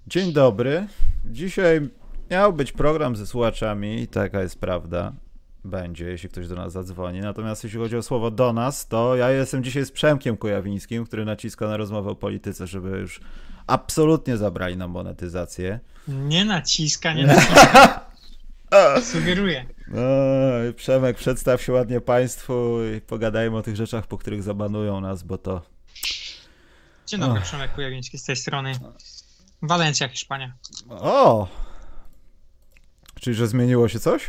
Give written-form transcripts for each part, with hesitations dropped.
Dzień dobry. Dzisiaj miał być program ze słuchaczami, taka jest prawda. Będzie, jeśli ktoś do nas zadzwoni. Natomiast jeśli chodzi o słowo do nas, to ja jestem dzisiaj z Przemkiem Kujawińskim, który naciska na rozmowę o polityce, żeby już absolutnie zabrali nam monetyzację. Nie naciska, nie naciska. Sugeruję. No, Przemek, przedstaw się ładnie Państwu i pogadajmy o tych rzeczach, po których zabanują nas, bo to... Dzień dobry, Przemek Kujawiński z tej strony. Walencja, Hiszpania. O! Czyli, że zmieniło się coś?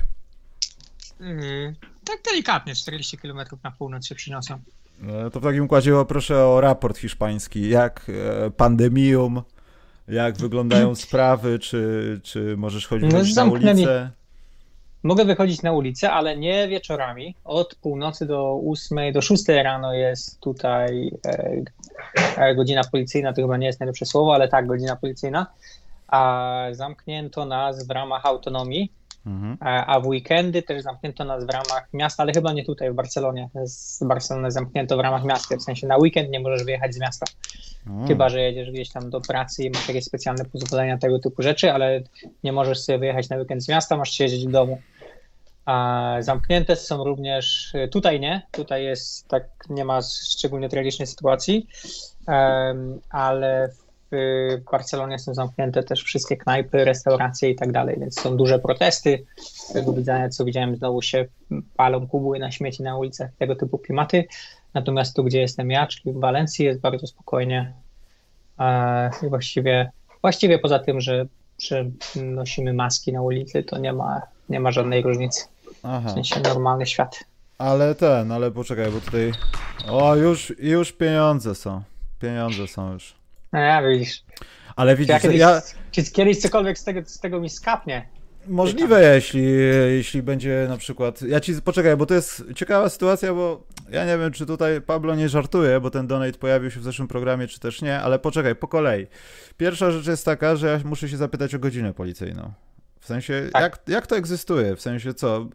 Tak delikatnie, 40 km na północ się przyniosą. To w takim układzie proszę o raport hiszpański. Jak pandemium, jak wyglądają sprawy, czy możesz chodzić na ulicę? Mogę wychodzić na ulicę, ale nie wieczorami. Od północy do 8, do 6 rano jest tutaj godzina policyjna, to chyba nie jest najlepsze słowo, ale tak, godzina policyjna. A zamknięto nas w ramach autonomii, a w weekendy też zamknięto nas w ramach miasta, ale chyba nie tutaj w Barcelonie. Z Barcelony zamknięto w ramach miasta, w sensie na weekend nie możesz wyjechać z miasta. Chyba że jedziesz gdzieś tam do pracy i masz jakieś specjalne pozwolenia, tego typu rzeczy, ale nie możesz sobie wyjechać na weekend z miasta, masz siedzieć w domu. A zamknięte są również, tutaj jest tak, nie ma szczególnie tragicznej sytuacji, ale w Barcelonie są zamknięte też wszystkie knajpy, restauracje i tak dalej, więc są duże protesty. Z tego widzenia, co widziałem, znowu się palą kubły na śmieci na ulicach, tego typu klimaty. Natomiast tu, gdzie jestem ja, czyli w Walencji, jest bardzo spokojnie. I właściwie poza tym, że nosimy maski na ulicy, to nie ma żadnej różnicy. Aha. W sensie normalny świat. Ale poczekaj, bo tutaj... O, już pieniądze są. Pieniądze są już. No ja widzisz. Ale widzisz, Czy kiedyś cokolwiek z tego mi skapnie? Możliwe, jeśli będzie na przykład... Poczekaj, bo to jest ciekawa sytuacja, bo ja nie wiem, czy tutaj Pablo nie żartuje, bo ten donate pojawił się w zeszłym programie, czy też nie, ale poczekaj, po kolei. Pierwsza rzecz jest taka, że ja muszę się zapytać o godzinę policyjną. W sensie, tak. jak to egzystuje? W sensie co?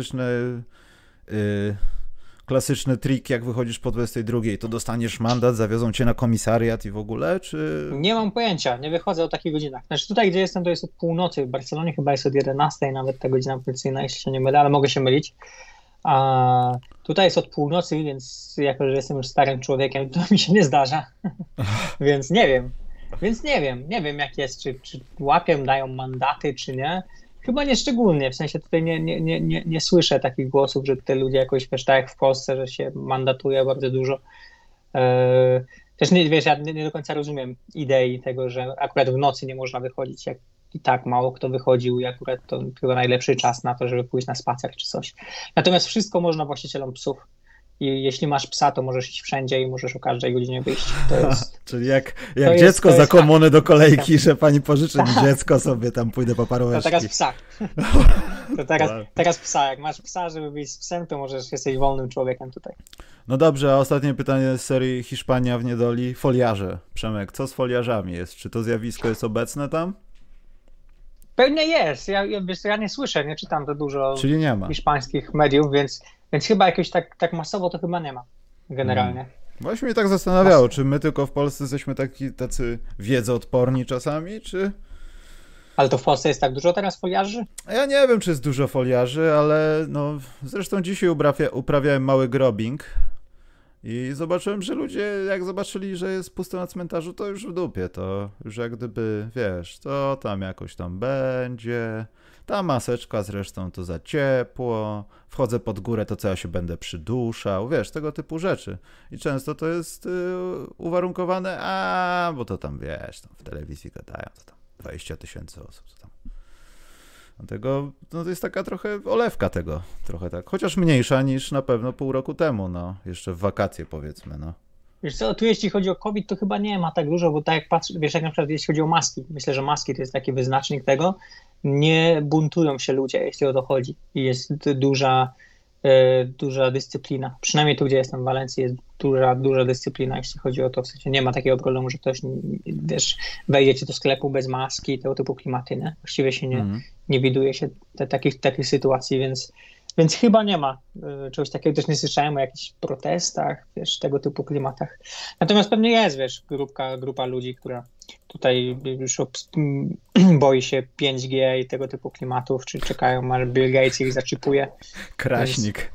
Klasyczny trik, jak wychodzisz po 22, to dostaniesz mandat, zawiozą cię na komisariat i w ogóle, czy... Nie mam pojęcia, nie wychodzę o takich godzinach. Znaczy tutaj, gdzie jestem, to jest od północy. W Barcelonie chyba jest od 11 nawet ta godzina policyjna, jeśli się nie mylę, ale mogę się mylić. A tutaj jest od północy, więc jako, że jestem już starym człowiekiem, to mi się nie zdarza. Więc nie wiem. Nie wiem jak jest, czy łapią, dają mandaty, czy nie. Chyba nie szczególnie, w sensie tutaj nie słyszę takich głosów, że te ludzie jakoś, wiesz, tak jak w Polsce, że się mandatuje bardzo dużo. Też ja nie do końca rozumiem idei tego, że akurat w nocy nie można wychodzić, jak i tak mało kto wychodził i akurat to chyba najlepszy czas na to, żeby pójść na spacer czy coś. Natomiast wszystko można właścicielom psów. I jeśli masz psa, to możesz iść wszędzie i możesz o każdej godzinie wyjść. Czyli jak dziecko za komuny do kolejki, że pani pożyczy mi dziecko, sobie tam pójdę po paróweczki. To teraz psa. Teraz psa. Jak masz psa, żeby być z psem, to jesteś wolnym człowiekiem tutaj. No dobrze, a ostatnie pytanie z serii Hiszpania w niedoli. Foliarze. Przemek, co z foliarzami jest? Czy to zjawisko jest obecne tam? Pewnie jest. Ja nie słyszę, nie czytam za dużo hiszpańskich mediów, więc chyba jakoś tak masowo to chyba nie ma generalnie. Właśnie mnie tak zastanawiało, czy my tylko w Polsce jesteśmy tacy wiedzoodporni czasami, czy... Ale to w Polsce jest tak dużo teraz foliarzy? Ja nie wiem, czy jest dużo foliarzy, ale no zresztą dzisiaj uprawiałem mały grobbing i zobaczyłem, że ludzie jak zobaczyli, że jest pusto na cmentarzu, to już w dupie, to już jak gdyby, wiesz, to tam jakoś tam będzie... Ta maseczka zresztą to za ciepło, wchodzę pod górę, to co ja się będę przyduszał, wiesz, tego typu rzeczy. I często to jest uwarunkowane, bo to tam, wiesz, tam w telewizji gadają, to tam 20 000 osób, to tam. Dlatego no to jest taka trochę olewka tego, trochę tak, chociaż mniejsza niż na pewno pół roku temu, no, jeszcze w wakacje powiedzmy, no. Wiesz co, tu jeśli chodzi o COVID, to chyba nie ma tak dużo, bo tak jak patrzę, wiesz, jak na przykład jeśli chodzi o maski, myślę, że maski to jest taki wyznacznik tego, nie buntują się ludzie, jeśli o to chodzi i jest duża dyscyplina, przynajmniej tu, gdzie jestem w Walencji, jest duża dyscyplina, jeśli chodzi o to, w sensie nie ma takiego problemu, że ktoś, wiesz, wejdzie do sklepu bez maski, tego typu klimaty, nie? Właściwie się nie widuje się takich sytuacji, więc Więc chyba nie ma czegoś takiego, też nie słyszałem o jakichś protestach, wiesz, tego typu klimatach. Natomiast pewnie jest, wiesz, grupa ludzi, która tutaj już boi się 5G i tego typu klimatów, czy czekają, aż Bill Gates ich zaczypuje. Kraśnik.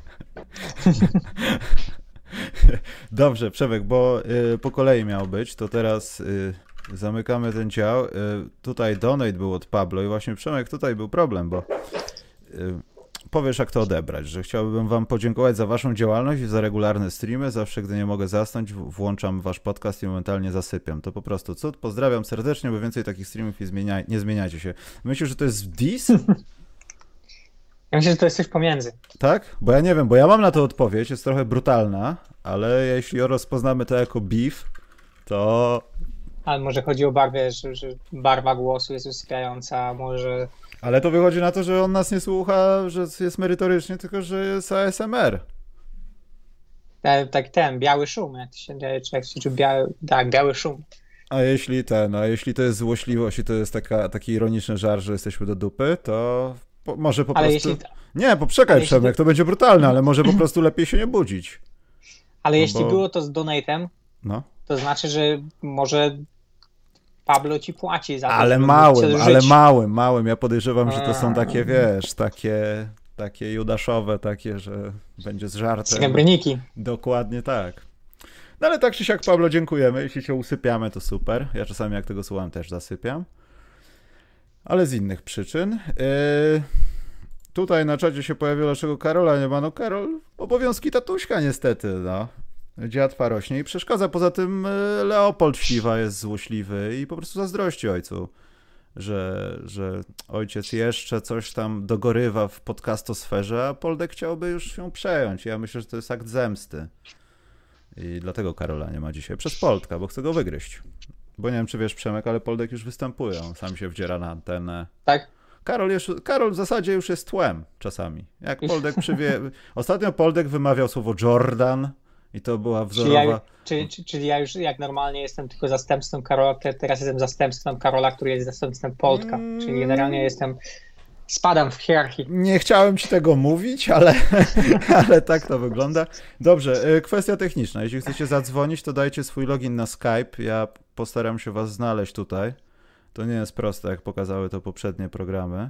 Dobrze, Przemek, bo po kolei miał być, to teraz zamykamy ten dział. Tutaj donate był od Pablo i właśnie, Przemek, tutaj był problem, bo powiesz, jak to odebrać, że chciałbym wam podziękować za waszą działalność i za regularne streamy. Zawsze, gdy nie mogę zasnąć, włączam wasz podcast i momentalnie zasypiam. To po prostu cud. Pozdrawiam serdecznie, bo więcej takich streamów nie zmieniajcie się. Myślisz, że to jest diss? Ja myślę, że to jest coś pomiędzy. Tak? Bo ja nie wiem, bo ja mam na to odpowiedź, jest trochę brutalna, ale jeśli rozpoznamy to jako beef, to... Ale może chodzi o barwę, że barwa głosu jest usypiająca, może... Ale to wychodzi na to, że on nas nie słucha, że jest merytorycznie, tylko że jest ASMR. Tak biały szum, jak się biały szum. A jeśli to jest złośliwość i to jest taki ironiczny żart, że jesteśmy do dupy, to może po ale prostu... Jeśli... Nie, poczekaj, Przemek, to będzie brutalne, ale może po prostu lepiej się nie budzić. Ale jeśli było to z donatem, to znaczy, że może Pablo ci płaci za to, ale małym. Ja podejrzewam, że to są takie, wiesz, takie judaszowe, takie, że będzie z żartem. Srebrniki. Dokładnie tak. No ale tak czy siak, Pablo, dziękujemy. Jeśli cię usypiamy, to super. Ja czasami, jak tego słucham, też zasypiam. Ale z innych przyczyn. Tutaj na czacie się pojawiło, dlaczego Karola nie ma. No Karol, obowiązki tatuśka niestety, no. Dziatwa rośnie i przeszkadza. Poza tym Leopold Śliwa jest złośliwy i po prostu zazdrości ojcu, że ojciec jeszcze coś tam dogorywa w podcastosferze, a Poldek chciałby już ją przejąć. Ja myślę, że to jest akt zemsty. I dlatego Karola nie ma dzisiaj. Przez Poldka, bo chce go wygryźć. Bo nie wiem, czy wiesz, Przemek, ale Poldek już występuje. On sam się wdziera na antenę. Tak? Karol w zasadzie już jest tłem czasami. Jak Poldek Ostatnio Poldek wymawiał słowo Jordan i to była wzorowa... Czyli ja już jak normalnie jestem tylko zastępstwem Karola, teraz jestem zastępstwem Karola, który jest zastępstwem Poldka. Czyli generalnie spadam w hierarchii. Nie chciałem ci tego mówić, ale tak to wygląda. Dobrze, kwestia techniczna. Jeśli chcecie zadzwonić, to dajcie swój login na Skype. Ja postaram się was znaleźć tutaj. To nie jest proste, jak pokazały to poprzednie programy.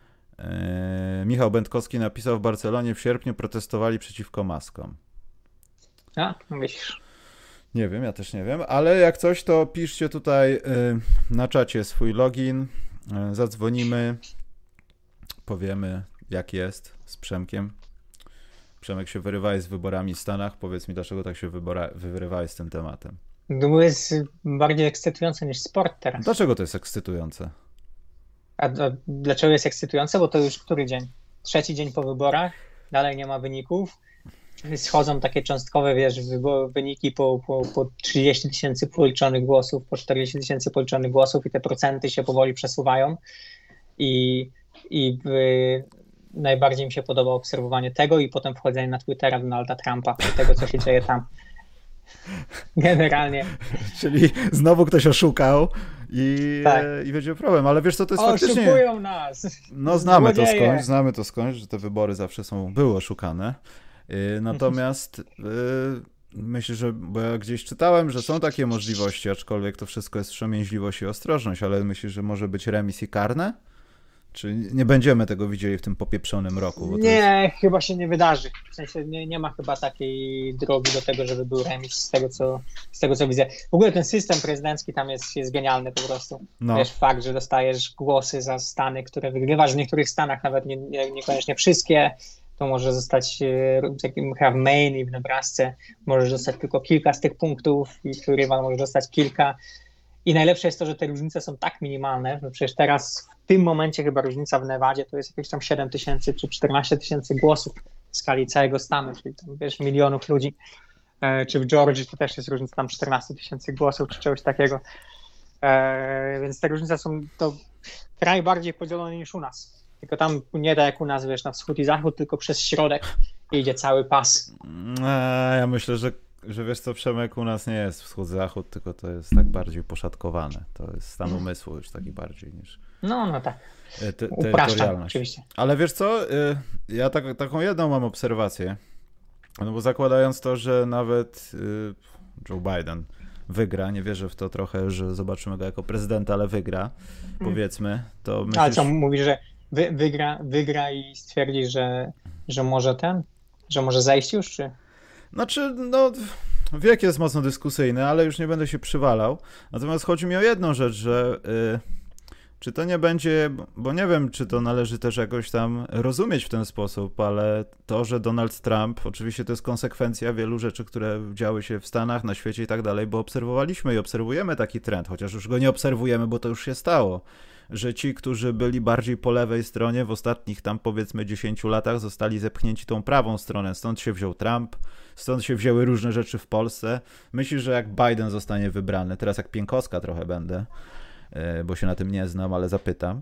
Michał Będkowski napisał: w Barcelonie w sierpniu protestowali przeciwko maskom. A, myślisz. Nie wiem, ja też nie wiem, ale jak coś, to piszcie tutaj na czacie swój login, zadzwonimy, powiemy, jak jest z Przemkiem. Przemek się wyrywałeś z wyborami w Stanach. Powiedz mi, dlaczego tak się wyrywałeś z tym tematem? To jest bardziej ekscytujące niż sport teraz. Dlaczego to jest ekscytujące? A dlaczego jest ekscytujące? Bo to już który dzień? 3. dzień po wyborach, dalej nie ma wyników. Schodzą takie cząstkowe, wiesz, wyniki po 30 000 policzonych głosów, po 40 000 policzonych głosów i te procenty się powoli przesuwają. I najbardziej mi się podoba obserwowanie tego i potem wchodzenie na Twittera Donalda Trumpa i tego, co się dzieje tam. Generalnie. Czyli znowu ktoś oszukał i będzie problem, ale wiesz co, to jest faktycznie... Oszukują nas! No znamy to skądś, że te wybory zawsze były oszukane. Natomiast myślę, że, bo ja gdzieś czytałem, że są takie możliwości, aczkolwiek to wszystko jest wstrzemięźliwość i ostrożność, ale myślisz, że może być remis i karne? Czy nie będziemy tego widzieli w tym popieprzonym roku? Bo chyba się nie wydarzy. W sensie nie ma chyba takiej drogi do tego, żeby był remis z tego, co widzę. W ogóle ten system prezydencki tam jest genialny po prostu. No. Wiesz, fakt, że dostajesz głosy za stany, które wygrywasz w niektórych stanach, nawet niekoniecznie wszystkie. To może zostać w Maine i w Nebrasce, możesz dostać tylko kilka z tych punktów i twój rywal może dostać kilka. I najlepsze jest to, że te różnice są tak minimalne, że przecież teraz w tym momencie chyba różnica w Nevadzie to jest jakieś tam 7 000 czy 14 000 głosów w skali całego stanu, czyli tam, wiesz, milionów ludzi. Czy w Georgii to też jest różnica tam 14 000 głosów czy czegoś takiego. Więc te różnice są to kraj bardziej podzielony niż u nas. Tylko tam nie da jak u nas, wiesz, na wschód i zachód, tylko przez środek idzie cały pas. Ja myślę, że że wiesz co, Przemek, u nas nie jest wschód-zachód, tylko to jest tak bardziej poszatkowane. To jest stan umysłu już taki bardziej niż No tak. Upraszczam, terytorialność. oczywiście. Ale wiesz co, ja taką jedną mam obserwację, no bo zakładając to, że nawet Joe Biden wygra, nie wierzę w to trochę, że zobaczymy go jako prezydenta, ale wygra, powiedzmy, to myślisz... Ale co, mówisz, że wygra i stwierdzi, że może że może zajść już, czy... Znaczy, no, wiek jest mocno dyskusyjny, ale już nie będę się przywalał. Natomiast chodzi mi o jedną rzecz, że czy to nie będzie, bo nie wiem, czy to należy też jakoś tam rozumieć w ten sposób, ale to, że Donald Trump, oczywiście to jest konsekwencja wielu rzeczy, które działy się w Stanach, na świecie i tak dalej, bo obserwowaliśmy i obserwujemy taki trend, chociaż już go nie obserwujemy, bo to już się stało, że ci, którzy byli bardziej po lewej stronie w ostatnich tam powiedzmy 10 latach zostali zepchnięci tą prawą stronę. Stąd się wziął Trump, stąd się wzięły różne rzeczy w Polsce. Myślisz, że jak Biden zostanie wybrany, teraz jak Pienkowska trochę będę, bo się na tym nie znam, ale zapytam,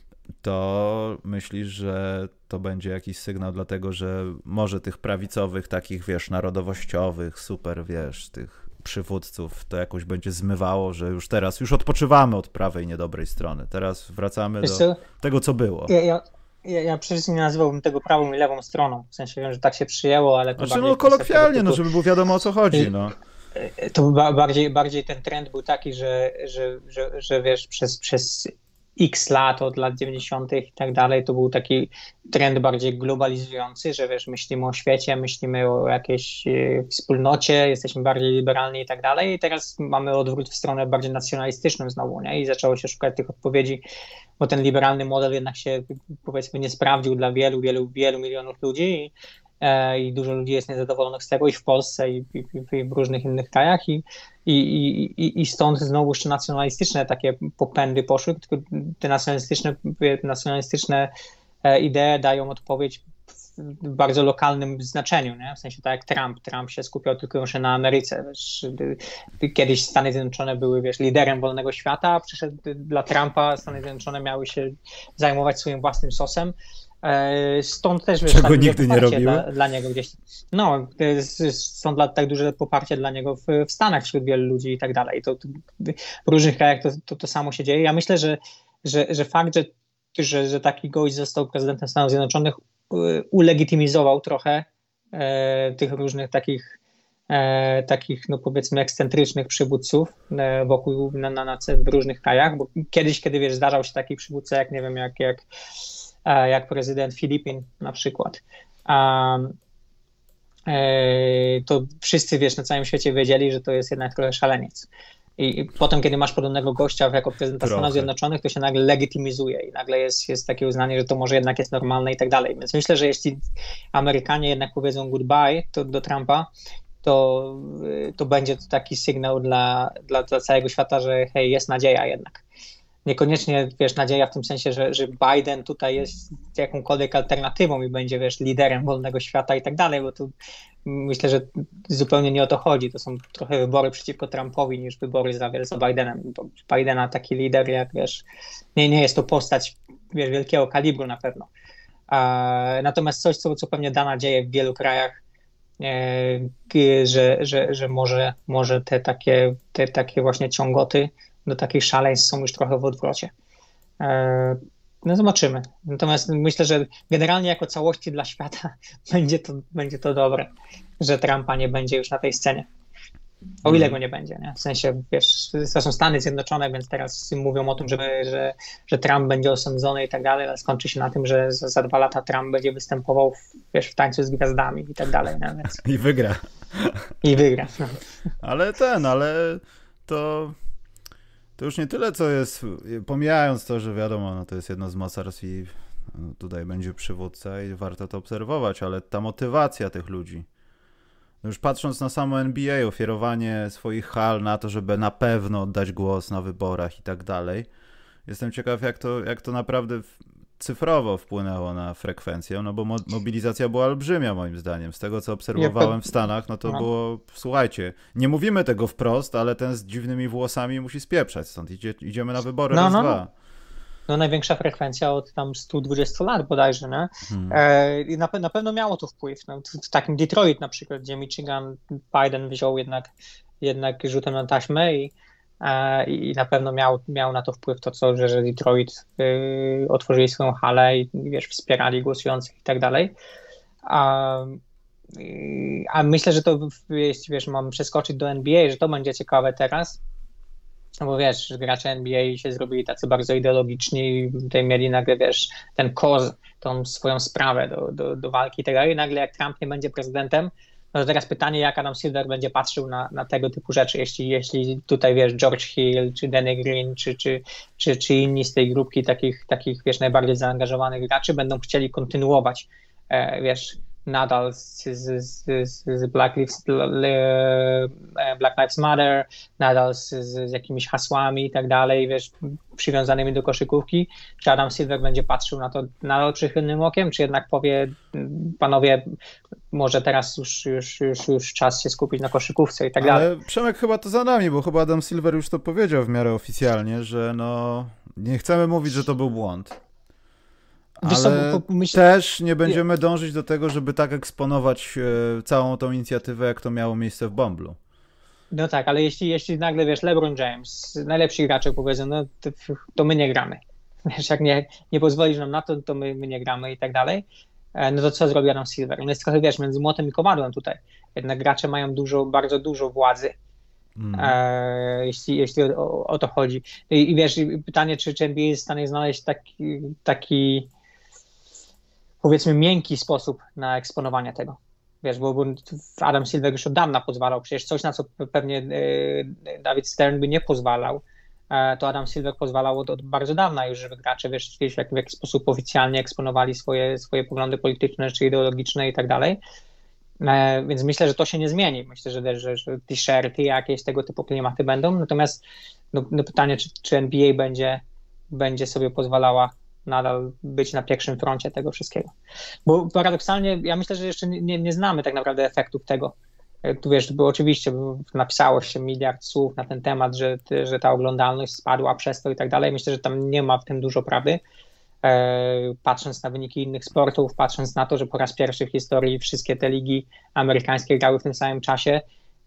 to myślisz, że to będzie jakiś sygnał dlatego, że może tych prawicowych, takich wiesz, narodowościowych, super wiesz, tych przywódców to jakoś będzie zmywało, że już teraz, już odpoczywamy od prawej niedobrej strony. Teraz wracamy do tego, co było. Ja przecież nie nazywałbym tego prawą i lewą stroną. W sensie wiem, że tak się przyjęło, ale to znaczy, no kolokwialnie, no żeby było wiadomo, o co chodzi, no. To bardziej ten trend był taki, że wiesz, przez x lat, od lat 90. i tak dalej, to był taki trend bardziej globalizujący, że wiesz, myślimy o świecie, myślimy o jakiejś wspólnocie, jesteśmy bardziej liberalni i tak dalej, i teraz mamy odwrót w stronę bardziej nacjonalistyczną znowu, nie? I zaczęło się szukać tych odpowiedzi, bo ten liberalny model jednak się, powiedzmy, nie sprawdził dla wielu milionów ludzi i dużo ludzi jest niezadowolonych z tego i w Polsce i w różnych innych krajach i stąd znowu jeszcze nacjonalistyczne takie popędy poszły, tylko te nacjonalistyczne idee dają odpowiedź w bardzo lokalnym znaczeniu, nie? W sensie tak jak Trump się skupiał tylko już na Ameryce. Wiesz, kiedyś Stany Zjednoczone były, wiesz, liderem wolnego świata, a przyszedł dla Trumpa Stany Zjednoczone miały się zajmować swoim własnym sosem. Stąd też wiesz, czego tak nigdy nie robiły dla niego gdzieś. No, stąd tak duże poparcie dla niego w Stanach wśród wielu ludzi i tak dalej. To w różnych krajach to samo się dzieje. Ja myślę, że fakt, że taki gość został prezydentem Stanów Zjednoczonych, ulegitymizował trochę tych różnych takich no powiedzmy ekscentrycznych przywódców wokół w różnych krajach, bo kiedyś, kiedy wiesz, zdarzał się taki przywódca, jak nie wiem, jak prezydent Filipin na przykład, to wszyscy, wiesz, na całym świecie wiedzieli, że to jest jednak trochę szaleniec. I potem, kiedy masz podobnego gościa jako prezydenta Stanów Zjednoczonych, to się nagle legitymizuje i nagle jest takie uznanie, że to może jednak jest normalne i tak dalej. Więc myślę, że jeśli Amerykanie jednak powiedzą goodbye do Trumpa, to będzie to taki sygnał dla całego świata, że hej, jest nadzieja jednak. Niekoniecznie, wiesz, nadzieja w tym sensie, że Biden tutaj jest jakąkolwiek alternatywą i będzie, wiesz, liderem wolnego świata i tak dalej, bo tu myślę, że zupełnie nie o to chodzi. To są trochę wybory przeciwko Trumpowi niż wybory za Bidenem. Bo Bidena taki lider, jak wiesz, nie jest to postać, wiesz, wielkiego kalibru na pewno. Natomiast coś, co pewnie da nadzieję w wielu krajach, że może te takie właśnie ciągoty do takich szaleństw są już trochę w odwrocie. No zobaczymy. Natomiast myślę, że generalnie jako całości dla świata będzie to dobre, że Trumpa nie będzie już na tej scenie. O ile go nie będzie, nie? W sensie, wiesz, to są Stany Zjednoczone, więc teraz mówią o tym, że Trump będzie osądzony i tak dalej, ale skończy się na tym, że za 2 lata Trump będzie występował w tańcu z gwiazdami i tak dalej. Nie? Więc... I wygra. No. Ale to już nie tyle, co jest, pomijając to, że wiadomo, no to jest jedno z mocarstw i tutaj będzie przywódca i warto to obserwować, ale ta motywacja tych ludzi, no już patrząc na samo NBA, ofiarowanie swoich hal na to, żeby na pewno oddać głos na wyborach i tak dalej, jestem ciekaw, jak to naprawdę cyfrowo wpłynęło na frekwencję, no bo mobilizacja była olbrzymia moim zdaniem. Z tego, co obserwowałem w Stanach, no to było, słuchajcie, nie mówimy tego wprost, ale ten z dziwnymi włosami musi spieprzać stąd. Idziemy na wybory raz, dwa. no największa frekwencja od tam 120 lat bodajże, nie? I na pewno miało to wpływ. No, w takim Detroit na przykład, gdzie Michigan Biden wziął jednak rzutem na taśmę i na pewno miał na to wpływ to, że Detroit otworzyli swoją halę i wiesz, wspierali głosujących i tak dalej. A myślę, że to jest, wiesz, mam przeskoczyć do NBA, że to będzie ciekawe teraz, no bo wiesz, że gracze NBA się zrobili tacy bardzo ideologiczni i tutaj mieli nagle, wiesz, ten cause, tą swoją sprawę do walki i tak dalej. Nagle jak Trump nie będzie prezydentem, no to teraz pytanie, jak Adam Silver będzie patrzył na tego typu rzeczy, jeśli tutaj, wiesz, George Hill, czy Danny Green, czy inni z tej grupki takich, wiesz, najbardziej zaangażowanych graczy będą chcieli kontynuować, wiesz, nadal z Black Lives Matter, nadal z jakimiś hasłami i tak dalej, wiesz, przywiązanymi do koszykówki, czy Adam Silver będzie patrzył na to nadal przychylnym okiem, czy jednak powie, panowie, może teraz już czas się skupić na koszykówce i tak dalej. Ale Przemek, chyba to za nami, bo chyba Adam Silver już to powiedział w miarę oficjalnie, że no nie chcemy mówić, że to był błąd. Ale też nie będziemy dążyć do tego, żeby tak eksponować całą tą inicjatywę, jak to miało miejsce w Bumblu. No tak, ale jeśli nagle, wiesz, LeBron James, najlepsi gracze powiedzą, no to my nie gramy. Wiesz, jak nie pozwolisz nam na to my nie gramy i tak dalej, no to co zrobi Adam Silver? On jest trochę, wiesz, między młotem i kowadłem tutaj. Jednak gracze mają bardzo dużo władzy. Jeśli o to chodzi. I wiesz, pytanie, czy NBA jest w stanie znaleźć taki powiedzmy miękki sposób na eksponowanie tego. Wiesz, bo Adam Silver już od dawna pozwalał, przecież coś, na co pewnie David Stern by nie pozwalał, to Adam Silver pozwalał od bardzo dawna już, żeby gracze, wiesz, w jaki sposób oficjalnie eksponowali swoje poglądy polityczne czy ideologiczne i tak dalej. Więc myślę, że to się nie zmieni. Myślę, że t-shirty, jakieś tego typu klimaty będą. Natomiast no pytanie, czy NBA będzie sobie pozwalała nadal być na pierwszym froncie tego wszystkiego. Bo paradoksalnie ja myślę, że jeszcze nie znamy tak naprawdę efektów tego. Tu wiesz, bo oczywiście napisało się miliard słów na ten temat, że ta oglądalność spadła przez to i tak dalej. Myślę, że tam nie ma w tym dużo prawdy. Patrząc na wyniki innych sportów, patrząc na to, że po raz pierwszy w historii wszystkie te ligi amerykańskie grały w tym samym czasie,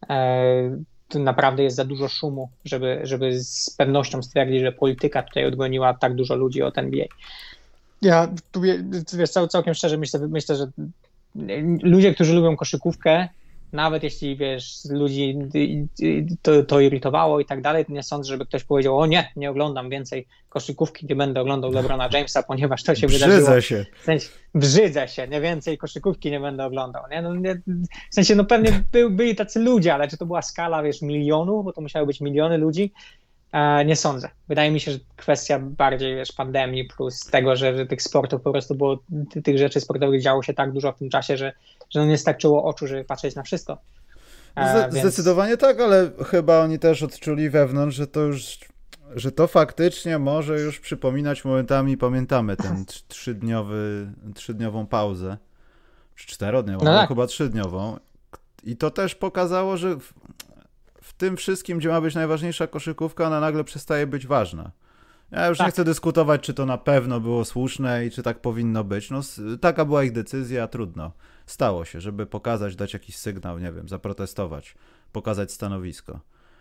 to naprawdę jest za dużo szumu, żeby z pewnością stwierdzić, że polityka tutaj odgoniła tak dużo ludzi od NBA. Ja tu wiesz, całkiem szczerze myślę, że ludzie, którzy lubią koszykówkę, nawet jeśli, wiesz, ludzi to irytowało i tak dalej, to nie sądzę, żeby ktoś powiedział, o nie oglądam więcej koszykówki, nie będę oglądał LeBrona Jamesa, ponieważ to się wydarzyło. Brzydzę się, nie więcej koszykówki nie będę oglądał. Nie? No, w sensie, no pewnie byli tacy ludzie, ale czy to była skala, wiesz, milionów, bo to musiały być miliony ludzi, nie sądzę. Wydaje mi się, że kwestia bardziej, wiesz, pandemii plus tego, że tych sportów po prostu było, tych rzeczy sportowych działo się tak dużo w tym czasie, że nie starczyło oczu, żeby patrzeć na wszystko. Zdecydowanie tak, ale chyba oni też odczuli wewnątrz, że to faktycznie może już przypominać momentami, pamiętamy tę trzydniową pauzę, czy czterodniową, no tak. Chyba 3-dniową. I to też pokazało, że w tym wszystkim, gdzie ma być najważniejsza koszykówka, ona nagle przestaje być ważna. Ja już nie chcę dyskutować, czy to na pewno było słuszne i czy tak powinno być. No, taka była ich decyzja, trudno. Stało się, żeby pokazać, dać jakiś sygnał, nie wiem, zaprotestować, pokazać stanowisko.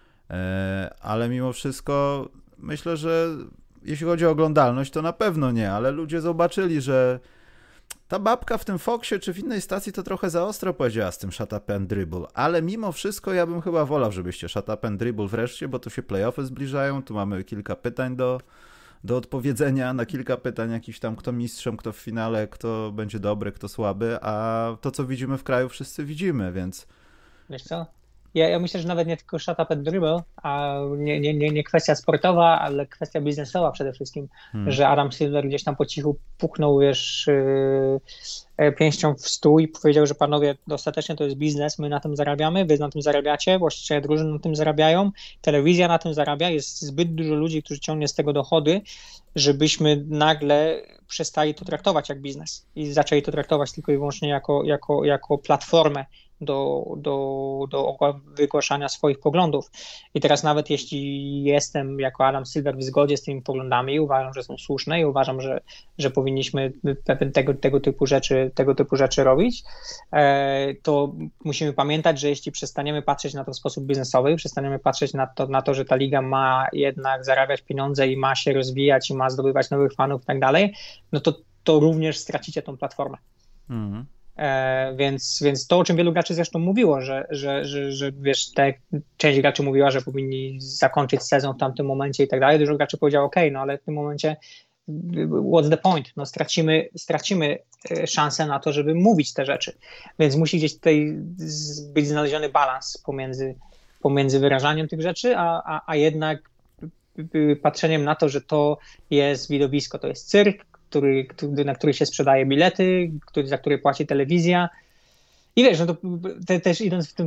Ale mimo wszystko myślę, że jeśli chodzi o oglądalność, to na pewno nie, ale ludzie zobaczyli, że ta babka w tym Foxie czy w innej stacji to trochę za ostro powiedziała z tym shut up and dribble, ale mimo wszystko ja bym chyba wolał, żebyście shut up and dribble wreszcie, bo tu się play-offy zbliżają, tu mamy kilka pytań do odpowiedzenia, na kilka pytań jakiś tam, kto mistrzem, kto w finale, kto będzie dobry, kto słaby, a to, co widzimy w kraju, wszyscy widzimy, więc... Wiesz co? Ja myślę, że nawet nie tylko shut up and dribble, a nie kwestia sportowa, ale kwestia biznesowa przede wszystkim, że Adam Silver gdzieś tam po cichu puknął, wiesz, pięścią w stół i powiedział, że panowie, ostatecznie to jest biznes, my na tym zarabiamy, wy na tym zarabiacie, właściciele drużyn na tym zarabiają, telewizja na tym zarabia, jest zbyt dużo ludzi, którzy ciągnie z tego dochody, żebyśmy nagle przestali to traktować jak biznes i zaczęli to traktować tylko i wyłącznie jako platformę do wygłaszania swoich poglądów. I teraz nawet jeśli jestem jako Adam Silver w zgodzie z tymi poglądami, uważam, że są słuszne i uważam, że powinniśmy tego typu rzeczy robić, to musimy pamiętać, że jeśli przestaniemy patrzeć na to w sposób biznesowy, przestaniemy patrzeć na to, że ta liga ma jednak zarabiać pieniądze i ma się rozwijać i ma zdobywać nowych fanów i tak dalej, no to również stracicie tą platformę. Mhm. Więc to, o czym wielu graczy zresztą mówiło, że wiesz, część graczy mówiła, że powinni zakończyć sezon w tamtym momencie i tak dalej, dużo graczy powiedziało, no ale w tym momencie what's the point? No stracimy szansę na to, żeby mówić te rzeczy, więc musi gdzieś tutaj być znaleziony balans pomiędzy wyrażaniem tych rzeczy, a jednak patrzeniem na to, że to jest widowisko, to jest cyrk, na który się sprzedaje bilety, za który płaci telewizja. I wiesz, no to też idąc w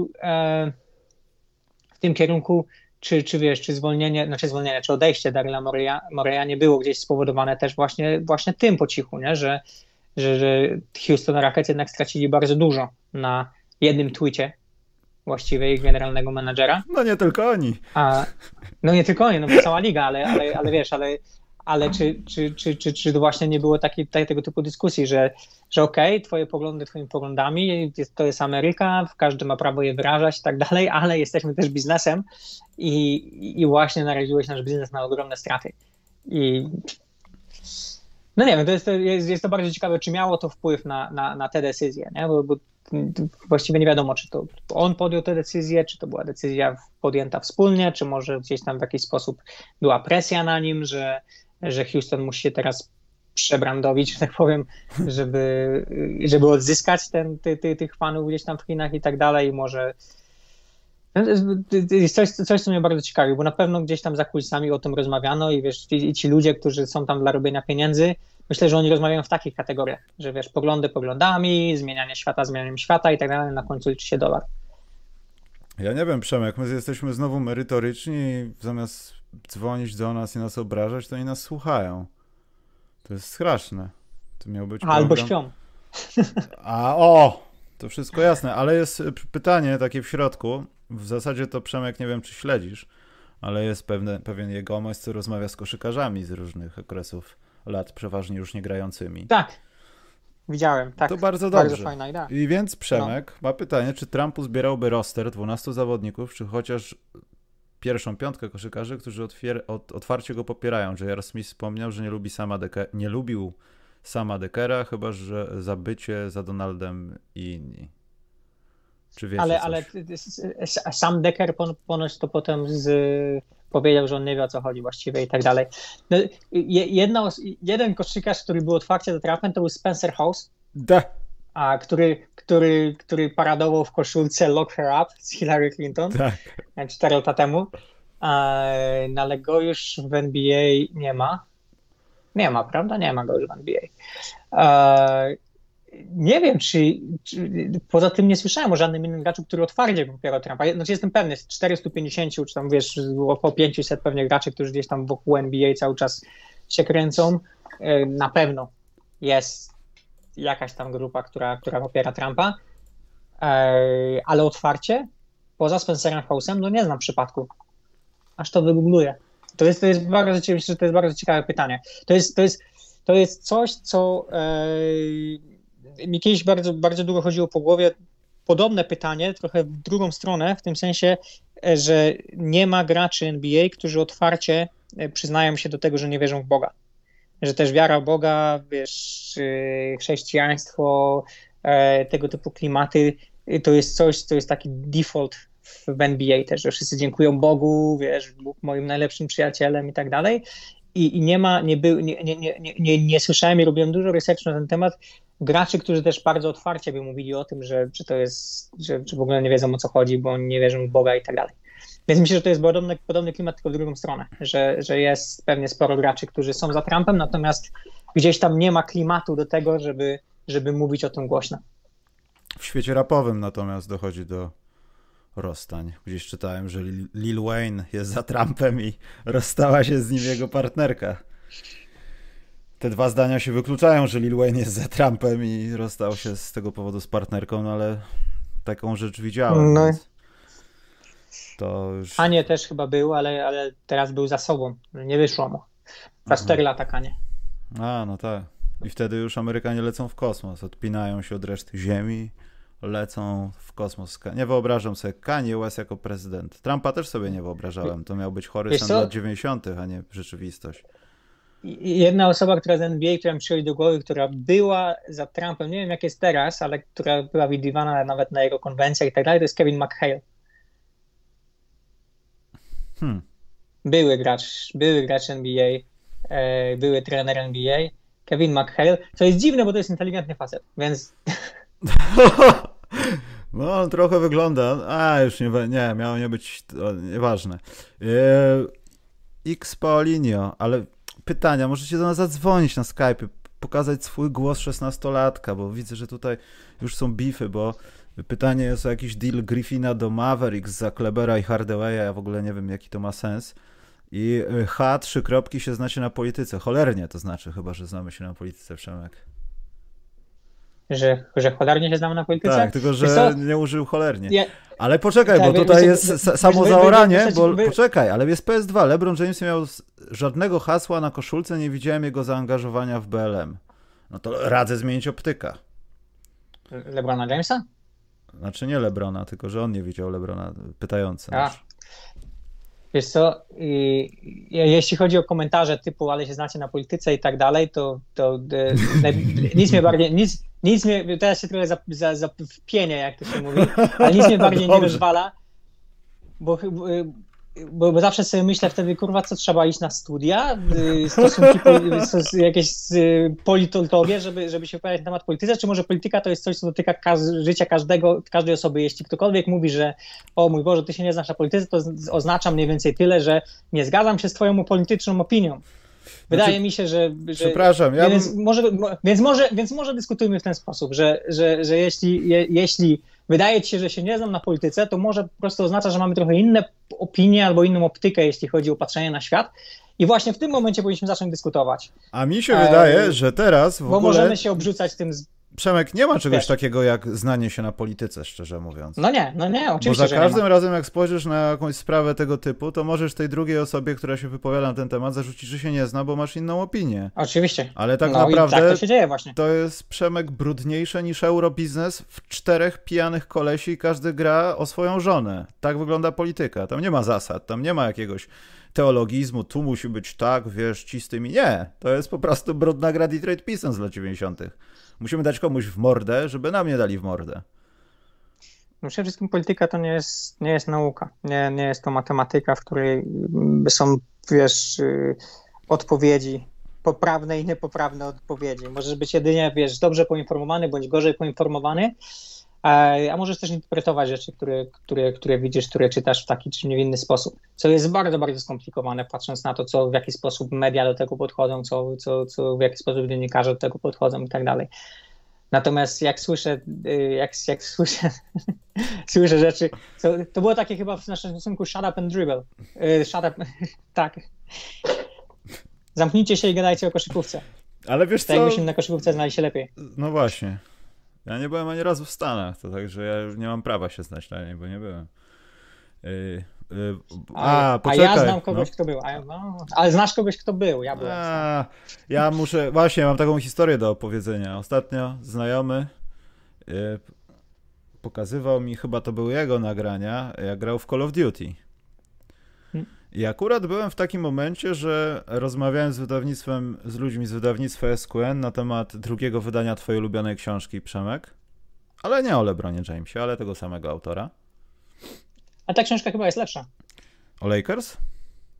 tym kierunku, czy wiesz, czy czy odejście Daryla Moreya nie było gdzieś spowodowane też właśnie tym po cichu, nie? Że Houston Rockets jednak stracili bardzo dużo na jednym tweetie właściwie ich generalnego menadżera. No nie tylko oni. No nie tylko oni, no bo cała liga, ale wiesz, ale czy to właśnie nie było tego typu dyskusji, że okej, twoje poglądy twoimi poglądami, to jest Ameryka, każdy ma prawo je wyrażać i tak dalej, ale jesteśmy też biznesem i właśnie naraziłeś nasz biznes na ogromne straty. I no nie wiem, jest to bardzo ciekawe, czy miało to wpływ na te decyzje, nie? Bo właściwie nie wiadomo, czy to on podjął tę decyzję, czy to była decyzja podjęta wspólnie, czy może gdzieś tam w jakiś sposób była presja na nim, że Houston musi się teraz przebrandowić, że tak powiem, żeby odzyskać tych fanów gdzieś tam w Chinach i tak dalej. Może jest coś, co mnie bardzo ciekawi, bo na pewno gdzieś tam za kulisami o tym rozmawiano i wiesz, i ci ludzie, którzy są tam dla robienia pieniędzy, myślę, że oni rozmawiają w takich kategoriach, że wiesz, poglądy poglądami, zmienianiem świata i tak dalej, na końcu liczy się dolar. Ja nie wiem, Przemek, my jesteśmy znowu merytoryczni i zamiast dzwonić do nas i nas obrażać, to oni nas słuchają. To jest straszne. To miał być albo śpią. To wszystko jasne, ale jest pytanie takie w środku. W zasadzie to, Przemek, nie wiem, czy śledzisz, ale jest pewien jegomość, co rozmawia z koszykarzami z różnych okresów lat, przeważnie już nie grającymi. Tak, widziałem, tak. To bardzo dobrze. Bardzo fajna idea. I więc Przemek ma pytanie, czy Trump uzbierałby roster 12 zawodników, czy chociaż pierwszą piątkę koszykarzy, którzy otwarcie go popierają. J.R. Smith wspomniał, że nie lubił Sama Deckera, chyba że za bycie za Donaldem i inni. Czy wiecie ale Sam Decker ponoć to potem powiedział, że on nie wie, o co chodzi właściwie i tak dalej. No, jeden koszykarz, który był otwarcie za Trumpem, to był Spencer Howes, który paradował w koszulce Lock Her Up z Hillary Clinton 4 lata temu, ale go już w NBA nie ma. Nie ma, prawda? Nie ma go już w NBA. Nie wiem, czy poza tym nie słyszałem o żadnym innym graczu, który otwarcie popierał Trumpa. Znaczy jestem pewny, z 450, czy tam wiesz, około 500 pewnie graczy, którzy gdzieś tam wokół NBA cały czas się kręcą, na pewno jest jakaś tam grupa, która popiera Trumpa, ale otwarcie, poza Spencerem Howesem, no nie znam przypadku. Aż to wygoogluję. To jest bardzo ciekawe pytanie. To jest coś, co mi kiedyś bardzo, bardzo długo chodziło po głowie. Podobne pytanie, trochę w drugą stronę, w tym sensie, że nie ma graczy NBA, którzy otwarcie przyznają się do tego, że nie wierzą w Boga. Że też wiara w Boga, wiesz, chrześcijaństwo, tego typu klimaty, to jest coś, co jest taki default w NBA też, że wszyscy dziękują Bogu, wiesz, Bóg moim najlepszym przyjacielem i tak dalej. I nie słyszałem i robiłem dużo researchu na ten temat graczy, którzy też bardzo otwarcie by mówili o tym, że to jest, że w ogóle nie wiedzą, o co chodzi, bo nie wierzą w Boga i tak dalej. Więc myślę, że to jest podobny klimat, tylko w drugą stronę, że jest pewnie sporo graczy, którzy są za Trumpem, natomiast gdzieś tam nie ma klimatu do tego, żeby mówić o tym głośno. W świecie rapowym natomiast dochodzi do rozstań. Gdzieś czytałem, że Lil Wayne jest za Trumpem i rozstała się z nim jego partnerka. Te dwa zdania się wykluczają, że Lil Wayne jest za Trumpem i rozstał się z tego powodu z partnerką, no ale taką rzecz widziałem. No. Więc to już... Kanye też chyba był, ale teraz był za sobą. Nie wyszło mu. Za 4 lata Kanye. No tak. I wtedy już Amerykanie lecą w kosmos, odpinają się od reszty ziemi, lecą w kosmos. Nie wyobrażam sobie Kanye West jako prezydent. Trumpa też sobie nie wyobrażałem. To miał być horyzont lat 90., a nie rzeczywistość. Jedna osoba, która z NBA, która mi przychodzi do głowy, która była za Trumpem, nie wiem jak jest teraz, ale która była widywana nawet na jego konwencjach i tak dalej, to jest Kevin McHale. Były gracz NBA, były trener NBA, Kevin McHale, co jest dziwne, bo to jest inteligentny facet, więc... No, on trochę wygląda, już nie, miało nie być, nieważne. X Paulinho, ale pytania, możecie do nas zadzwonić na Skype, pokazać swój głos 16-latka, bo widzę, że tutaj już są beefy, bo pytanie jest o jakiś deal Griffina do Mavericks za Klebera i Hardawaya, ja w ogóle nie wiem, jaki to ma sens. I H, 3 kropki się znacie na polityce. Cholernie to znaczy, chyba że znamy się na polityce, Przemek. Że cholernie się znamy na polityce? Tak, tylko że nie użył cholernie. Ale poczekaj, tak, bo tutaj jest samo zaoranie, poczekaj, ale jest PS2. LeBron James nie miał żadnego hasła na koszulce, nie widziałem jego zaangażowania w BLM. No to radzę zmienić optyka. LeBrona Jamesa? Znaczy nie LeBrona, tylko że on nie widział LeBrona, pytający. Wiesz co, jeśli chodzi o komentarze typu, ale się znacie na polityce i tak dalej, to nic mnie bardziej, nic mnie, teraz się trochę wpienię, jak to się mówi, ale nic mnie bardziej nie rozwala, bo zawsze sobie myślę wtedy, kurwa, co trzeba iść na studia, stosunki, jakieś politologię, żeby się wypowiadać na temat polityce, czy może polityka to jest coś, co dotyka życia każdej osoby. Jeśli ktokolwiek mówi, że o mój Boże, ty się nie znasz na polityce, to oznacza mniej więcej tyle, że nie zgadzam się z twoją polityczną opinią. Wydaje mi się, że przepraszam, więc może dyskutujmy w ten sposób, że jeśli wydaje ci się, że się nie znam na polityce, to może po prostu oznacza, że mamy trochę inne opinie albo inną optykę, jeśli chodzi o patrzenie na świat. I właśnie w tym momencie powinniśmy zacząć dyskutować. A mi się wydaje, że teraz w ogóle... Bo możemy się obrzucać tym... Przemek, nie ma czegoś takiego jak znanie się na polityce, szczerze mówiąc. No nie, oczywiście, bo za każdym razem, jak spojrzysz na jakąś sprawę tego typu, to możesz tej drugiej osobie, która się wypowiada na ten temat, zarzucić, że się nie zna, bo masz inną opinię. Oczywiście. Ale tak naprawdę i tak to się dzieje właśnie. To jest, Przemek, brudniejsze niż Eurobiznes. W 4 pijanych kolesi każdy gra o swoją żonę. Tak wygląda polityka. Tam nie ma zasad, tam nie ma jakiegoś teologizmu, tu musi być tak, wiesz, cistymi. Nie, to jest po prostu brudna gra Detroit Pistons z lat 90. Musimy dać komuś w mordę, żeby nam nie dali w mordę. No przede wszystkim polityka to nie jest nauka. Nie jest to matematyka, w której są, wiesz, odpowiedzi, poprawne i niepoprawne odpowiedzi. Możesz być jedynie, wiesz, dobrze poinformowany bądź gorzej poinformowany, a możesz też interpretować rzeczy, które widzisz, które czytasz w taki czy inny sposób, co jest bardzo, bardzo skomplikowane, patrząc na to, w jaki sposób media do tego podchodzą, w jaki sposób dziennikarze do tego podchodzą i tak dalej. Natomiast jak słyszę, słyszę rzeczy, to było takie chyba w naszym stosunku shut up and dribble. Shut up, tak. Zamknijcie się i gadajcie o koszykówce. Ale wiesz co? Jakbyśmy na koszykówce znali się lepiej. No właśnie. Ja nie byłem ani razu w Stanach, to także ja już nie mam prawa się znać na niej, bo nie byłem. Poczekaj. A ja znam kogoś, kto był. Ale znasz kogoś, kto był. Ja byłem. Ja muszę... Właśnie, mam taką historię do opowiedzenia. Ostatnio znajomy pokazywał mi, chyba to były jego nagrania, jak grał w Call of Duty. I akurat byłem w takim momencie, że rozmawiałem z ludźmi z wydawnictwa SQN na temat drugiego wydania twojej ulubionej książki, Przemek. Ale nie o LeBronie Jamesie, ale tego samego autora. A ta książka chyba jest lepsza. O Lakers?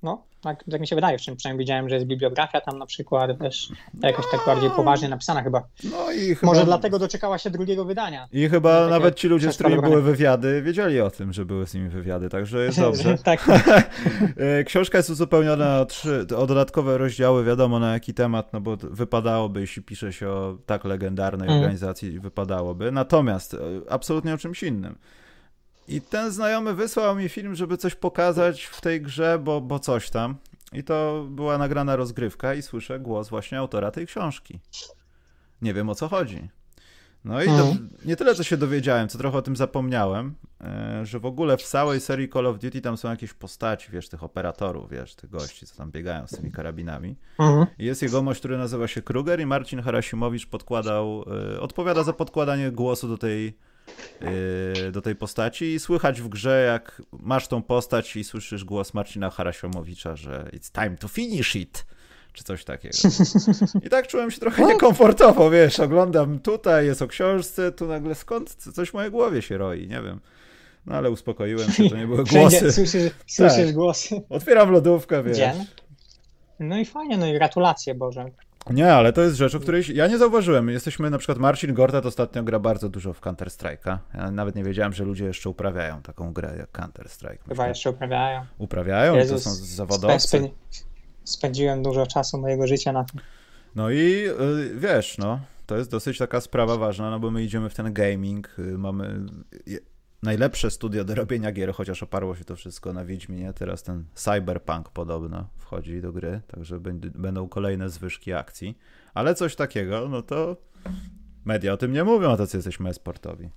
No, tak mi się wydaje, w czym przynajmniej widziałem, że jest bibliografia tam na przykład, też jakaś tak bardziej poważnie napisana chyba. No i chyba... Może dlatego doczekała się drugiego wydania. I chyba takie nawet ci ludzie, z którymi przeszkolowane. były wywiady, wiedzieli o tym, że były z nimi wywiady, także jest dobrze. Tak. Książka jest uzupełniona o dodatkowe rozdziały, wiadomo na jaki temat, no bo wypadałoby, jeśli pisze się o tak legendarnej organizacji, wypadałoby. Natomiast absolutnie o czymś innym. I ten znajomy wysłał mi film, żeby coś pokazać w tej grze, bo coś tam. I to była nagrana rozgrywka i słyszę głos właśnie autora tej książki. Nie wiem, o co chodzi. No i nie tyle, co się dowiedziałem, co trochę o tym zapomniałem, że w ogóle w całej serii Call of Duty tam są jakieś postaci, wiesz, tych operatorów, wiesz, tych gości, co tam biegają z tymi karabinami. I jest jegomość, który nazywa się Kruger i Marcin Harasimowicz odpowiada za podkładanie głosu do tej postaci i słychać w grze, jak masz tą postać i słyszysz głos Marcina Harasimowicza, że it's time to finish it, czy coś takiego. I tak czułem się trochę niekomfortowo, wiesz, oglądam tutaj, jest o książce, tu nagle skąd coś w mojej głowie się roi, nie wiem. No ale uspokoiłem się, to nie były głosy. Słyszysz głosy. Otwieram lodówkę, wiesz. No i fajnie, no i gratulacje, Boże. Nie, ale to jest rzecz, o której ja nie zauważyłem. Jesteśmy na przykład, Marcin Gortat ostatnio gra bardzo dużo w Counter-Strike'a. Ja nawet nie wiedziałem, że ludzie jeszcze uprawiają taką grę jak Counter-Strike. Chyba jeszcze uprawiają. Uprawiają? Jezus, to są zawodowcy. Spędziłem dużo czasu mojego życia na tym. No i wiesz, no, to jest dosyć taka sprawa ważna, no bo my idziemy w ten gaming, mamy najlepsze studio do robienia gier, chociaż oparło się to wszystko na Wiedźminie. Teraz ten Cyberpunk podobno wchodzi do gry, także będą kolejne zwyżki akcji. Ale coś takiego, no to media o tym nie mówią, a tacy jesteśmy e-sportowi.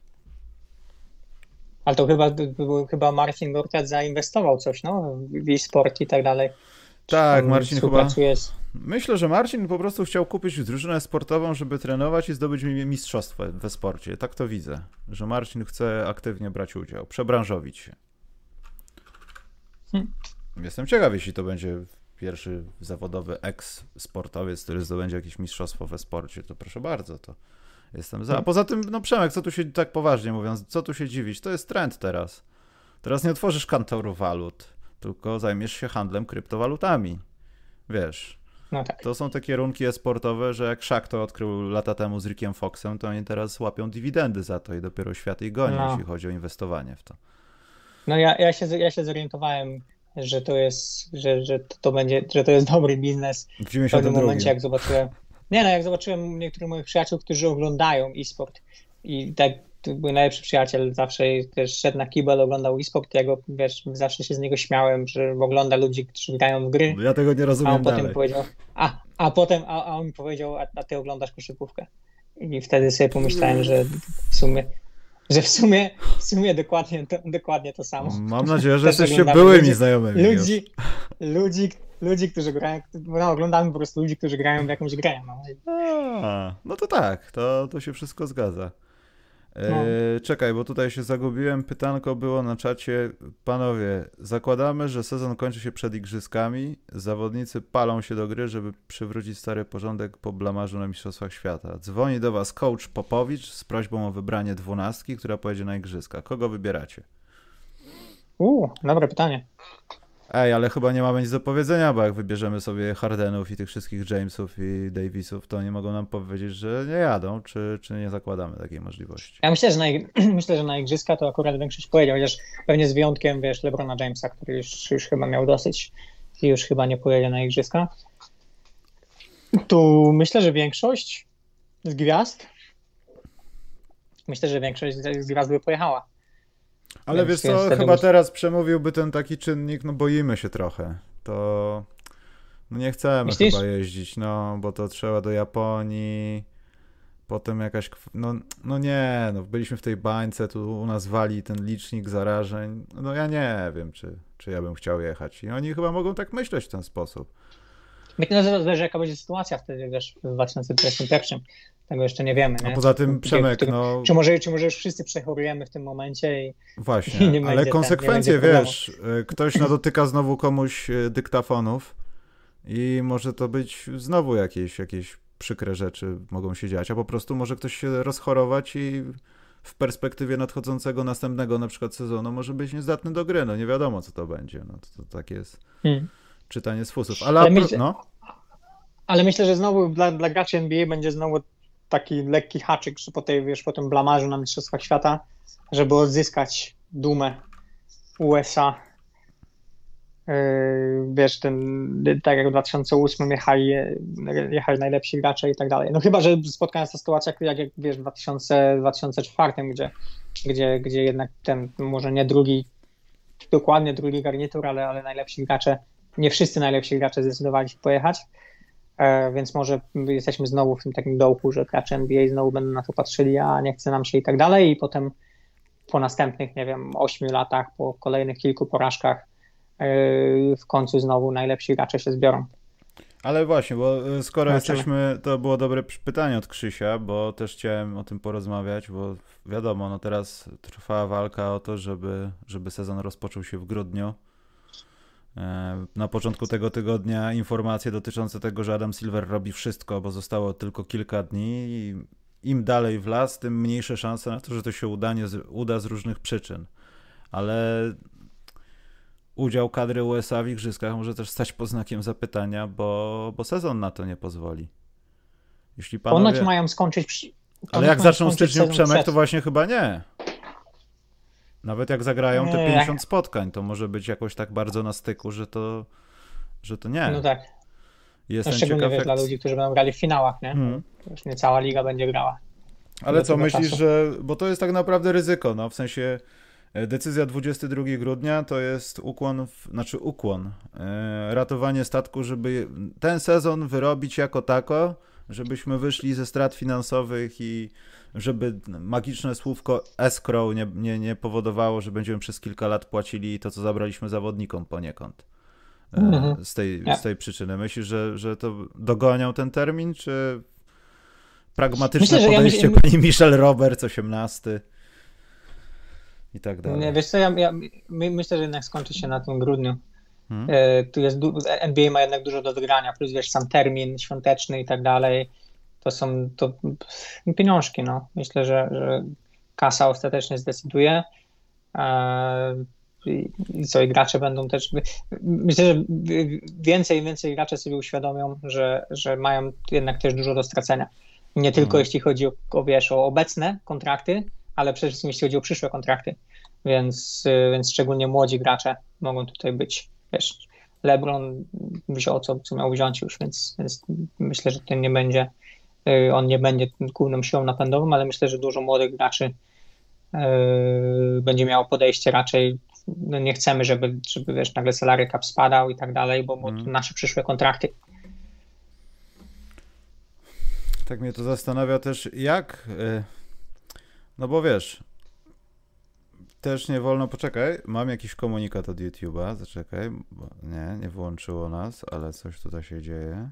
Ale to chyba Marcin Gortat zainwestował coś, no, w e-sport i tak dalej. Tak, Marcin chyba... Myślę, że Marcin po prostu chciał kupić drużynę sportową, żeby trenować i zdobyć mistrzostwo we sporcie. Tak to widzę, że Marcin chce aktywnie brać udział, przebranżowić się. Jestem ciekaw, jeśli to będzie pierwszy zawodowy eks-sportowiec, który zdobędzie jakieś mistrzostwo we sporcie, to proszę bardzo, to jestem za. A poza tym, no Przemek, co tu się, tak poważnie mówiąc, co tu się dziwić? To jest trend teraz. Teraz nie otworzysz kantoru walut, tylko zajmiesz się handlem kryptowalutami. Wiesz, no tak. To są te kierunki e-sportowe, że jak Shaq to odkrył lata temu z Rickiem Foxem, to oni teraz łapią dywidendy za to i dopiero świat ich goni, jeśli chodzi o inwestowanie w to. No ja się zorientowałem, że to jest, że to jest dobry biznes. W pewnym momencie, jak zobaczyłem, jak zobaczyłem niektórych moich przyjaciół, którzy oglądają e-sport i tak to był najlepszy przyjaciel, zawsze też szedł na kibel, oglądał e-sport, ja go, wiesz, zawsze się z niego śmiałem, że ogląda ludzi, którzy grają w gry. Ja tego nie rozumiem. A on potem powiedział, a on mi powiedział, a ty oglądasz koszykówkę. I wtedy sobie pomyślałem, że w sumie dokładnie to samo. Mam nadzieję, że jesteście byłymi znajomymi. Ludzi, którzy grają, no oglądamy po prostu ludzi, którzy grają w jakąś grę. No to tak, to się wszystko zgadza. Czekaj, bo tutaj się zagubiłem. Pytanko było na czacie. Panowie, zakładamy, że sezon kończy się przed igrzyskami. Zawodnicy palą się do gry, żeby przywrócić stary porządek po blamarzu na Mistrzostwach Świata. Dzwoni do was coach Popowicz z prośbą o wybranie 12, która pojedzie na igrzyska. Kogo wybieracie? Dobre pytanie. Ale chyba nie mamy nic do powiedzenia, bo jak wybierzemy sobie Hardenów i tych wszystkich Jamesów i Davisów, to oni mogą nam powiedzieć, że nie jadą, czy nie zakładamy takiej możliwości. Ja myślę, że na igrzyska to akurat większość pojedzie, chociaż pewnie z wyjątkiem, wiesz, LeBrona Jamesa, który już chyba miał dosyć i już chyba nie pojedzie na igrzyska. Tu myślę, że większość z gwiazd by pojechała. Ale wiesz co, chyba teraz przemówiłby ten taki czynnik, no boimy się trochę. To nie chcemy chyba jeździć, bo to trzeba do Japonii, potem jakaś, byliśmy w tej bańce, tu u nas wali ten licznik zarażeń, no ja nie wiem, czy ja bym chciał jechać i oni chyba mogą tak myśleć w ten sposób. Myślę, że zależy jaka będzie sytuacja wtedy, wiesz, w 2021. Tego jeszcze nie wiemy. Nie? A poza tym, Przemek, Czy może już wszyscy przechorujemy w tym momencie Właśnie, nie ale konsekwencje, wiesz, ktoś nadotyka znowu komuś dyktafonów i może to być znowu jakieś przykre rzeczy mogą się dziać, a po prostu może ktoś się rozchorować i w perspektywie nadchodzącego następnego na przykład sezonu może być niezdatny do gry, no nie wiadomo co to będzie, no to tak jest czytanie z fusów, ale myślę, że znowu dla graczy NBA będzie znowu taki lekki haczyk, że po tym blamażu na Mistrzostwach Świata, żeby odzyskać dumę USA. Wiesz, tak jak w 2008 jechali najlepsi gracze i tak dalej. No chyba, że spotkałem się sytuację, jak wiesz, w 2004, gdzie jednak ten, może nie dokładnie drugi garnitur, ale najlepsi gracze, nie wszyscy najlepsi gracze zdecydowali się pojechać, więc może jesteśmy znowu w tym takim dołku, że gracze NBA znowu będą na to patrzyli, a nie chce nam się i tak dalej, i potem po następnych, nie wiem, 8 latach, po kolejnych kilku porażkach w końcu znowu najlepsi gracze się zbiorą. Ale właśnie, bo skoro jesteśmy, to było dobre pytanie od Krzysia, bo też chciałem o tym porozmawiać, bo wiadomo, no teraz trwała walka o to, żeby sezon rozpoczął się w grudniu. Na początku tego tygodnia informacje dotyczące tego, że Adam Silver robi wszystko, bo zostało tylko kilka dni i im dalej w las, tym mniejsze szanse na to, że to się uda z różnych przyczyn. Ale udział kadry USA w igrzyskach może też stać pod znakiem zapytania, bo sezon na to nie pozwoli. Jeśli panowie... Ponoć mają skończyć... Ale jak zaczną w styczniu, Przemek, to właśnie chyba nie. Nawet jak zagrają te 50 spotkań, to może być jakoś tak bardzo na styku, że to nie. No tak. Jestem szczególnie ciekaw, dla ludzi, którzy będą grali w finałach, nie? Już nie cała liga będzie grała. Ale co myślisz, że... Bo to jest tak naprawdę ryzyko, no w sensie decyzja 22 grudnia to jest ukłon. Ratowanie statku, żeby ten sezon wyrobić jako tako, żebyśmy wyszli ze strat finansowych i żeby magiczne słówko escrow nie powodowało, że będziemy przez kilka lat płacili to, co zabraliśmy zawodnikom poniekąd. Z tej przyczyny. Myślisz, że to dogonią ten termin, czy pragmatyczne podejście pani Michelle Roberts, 18 i tak dalej? Nie, wiesz co, myślę, że jednak skończy się na tym grudniu. Tu jest, NBA ma jednak dużo do wygrania, plus wiesz, sam termin świąteczny i tak dalej. To są pieniążki, no. Myślę, że kasa ostatecznie zdecyduje. I gracze będą też... Myślę, że więcej i więcej graczy sobie uświadomią, że mają jednak też dużo do stracenia. Nie tylko jeśli chodzi o obecne kontrakty, ale przede wszystkim jeśli chodzi o przyszłe kontrakty. Więc szczególnie młodzi gracze mogą tutaj być, wiesz, LeBron wziął co miał wziąć już, więc myślę, że on nie będzie główną siłą napędową, ale myślę, że dużo młodych graczy będzie miało podejście raczej, no nie chcemy, żeby wiesz, nagle salary cap spadał i tak dalej, bo nasze przyszłe kontrakty. Tak mnie to zastanawia też, jak, no bo wiesz, też nie wolno, poczekaj, mam jakiś komunikat od YouTube'a, zaczekaj, bo nie włączyło nas, ale coś tutaj się dzieje.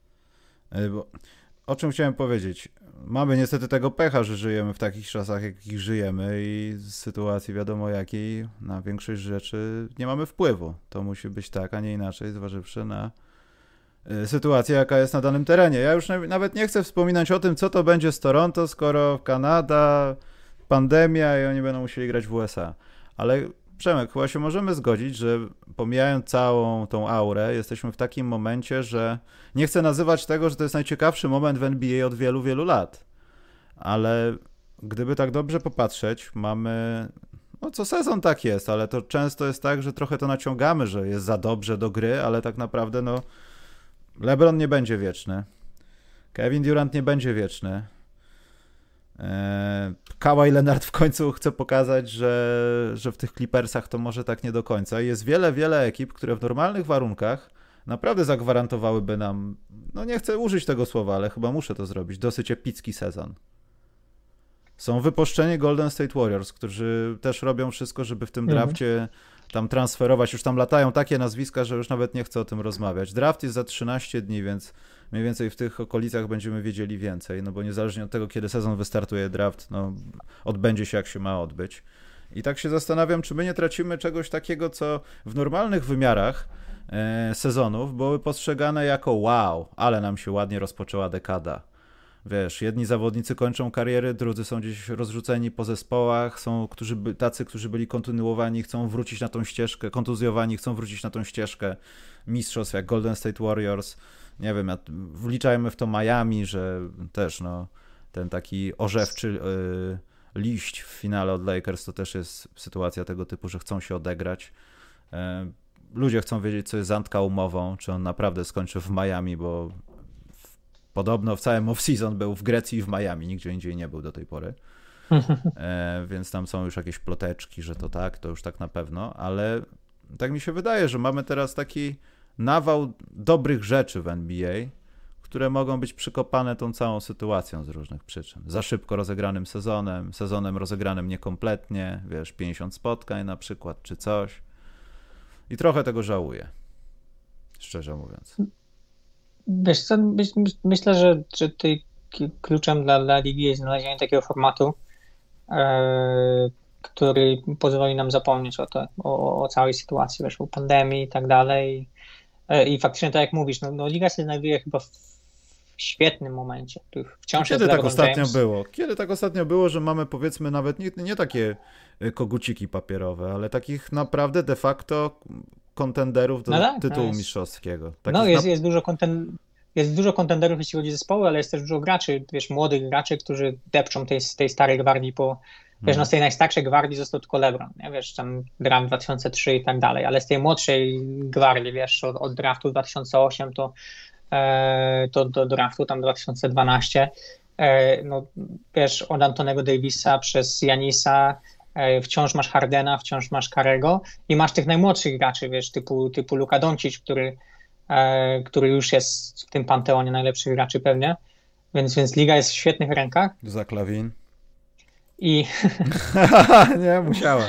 O czym chciałem powiedzieć? Mamy niestety tego pecha, że żyjemy w takich czasach, jakich żyjemy i z sytuacji wiadomo jakiej na większość rzeczy nie mamy wpływu. To musi być tak, a nie inaczej, zważywszy na sytuację, jaka jest na danym terenie. Ja już nawet nie chcę wspominać o tym, co to będzie z Toronto, skoro Kanada, pandemia i oni będą musieli grać w USA. Ale Przemek, chyba się możemy zgodzić, że pomijając całą tą aurę, jesteśmy w takim momencie, że nie chcę nazywać tego, że to jest najciekawszy moment w NBA od wielu, wielu lat. Ale gdyby tak dobrze popatrzeć, mamy... No co sezon tak jest, ale to często jest tak, że trochę to naciągamy, że jest za dobrze do gry, ale tak naprawdę no LeBron nie będzie wieczny. Kevin Durant nie będzie wieczny. Kawhi Leonard w końcu chce pokazać, że w tych Clippersach to może tak nie do końca. Jest wiele ekip, które w normalnych warunkach naprawdę zagwarantowałyby nam, no nie chcę użyć tego słowa, ale chyba muszę to zrobić, dosyć epicki sezon. Są wypuszczeni Golden State Warriors, którzy też robią wszystko, żeby w tym drafcie tam transferować. Już tam latają takie nazwiska, że już nawet nie chcę o tym rozmawiać. Draft jest za 13 dni, więc mniej więcej w tych okolicach będziemy wiedzieli więcej, no bo niezależnie od tego, kiedy sezon wystartuje, draft no, odbędzie się jak się ma odbyć. I tak się zastanawiam, czy my nie tracimy czegoś takiego, co w normalnych wymiarach sezonów były postrzegane jako wow, ale nam się ładnie rozpoczęła dekada. wiesz, jedni zawodnicy kończą kariery, drudzy są gdzieś rozrzuceni po zespołach, są tacy, którzy byli kontynuowani, chcą wrócić na tą ścieżkę, kontuzjowani, chcą wrócić na tą ścieżkę mistrzostw, jak Golden State Warriors. Nie wiem, wliczajmy w to Miami, że też ten taki orzewczy liść w finale od Lakers to też jest sytuacja tego typu, że chcą się odegrać. Ludzie chcą wiedzieć, co jest z Antka umową, czy on naprawdę skończy w Miami, bo podobno w całym off-season był w Grecji i w Miami, nigdzie indziej nie był do tej pory. Więc tam są już jakieś ploteczki, że to tak, to już tak na pewno, ale tak mi się wydaje, że mamy teraz taki nawał dobrych rzeczy w NBA, które mogą być przykopane tą całą sytuacją z różnych przyczyn. Za szybko rozegranym sezonem rozegranym niekompletnie, wiesz, 50 spotkań na przykład, czy coś. I trochę tego żałuję, szczerze mówiąc. Wiesz co, myślę, że tutaj kluczem dla ligi jest znalezienie takiego formatu, który pozwoli nam zapomnieć o całej sytuacji, wiesz, o pandemii i tak dalej. I faktycznie, tak jak mówisz, liga się znajduje chyba w świetnym momencie. Wciąż Kiedy tak ostatnio było? Kiedy tak ostatnio było, że mamy, powiedzmy, nawet nie takie koguciki papierowe, ale takich naprawdę de facto kontenderów do tytułu mistrzowskiego. Jest dużo kontenderów, jeśli chodzi o zespoły, ale jest też dużo graczy, wiesz, młodych graczy, którzy depczą tej starej gwardii wiesz, z tej najstarszej gwardii został tylko LeBron, nie? Wiesz, tam draft 2003 i tak dalej, ale z tej młodszej gwardii, wiesz, od draftu 2008 to do draftu tam 2012, wiesz, od Antonego Davisa przez Janisa, wciąż masz Hardena, wciąż masz Curry'ego i masz tych najmłodszych graczy, wiesz, typu Luka Doncic, który już jest w tym panteonie najlepszych graczy pewnie, więc liga jest w świetnych rękach. Zach LaVine. I nie, musiałem.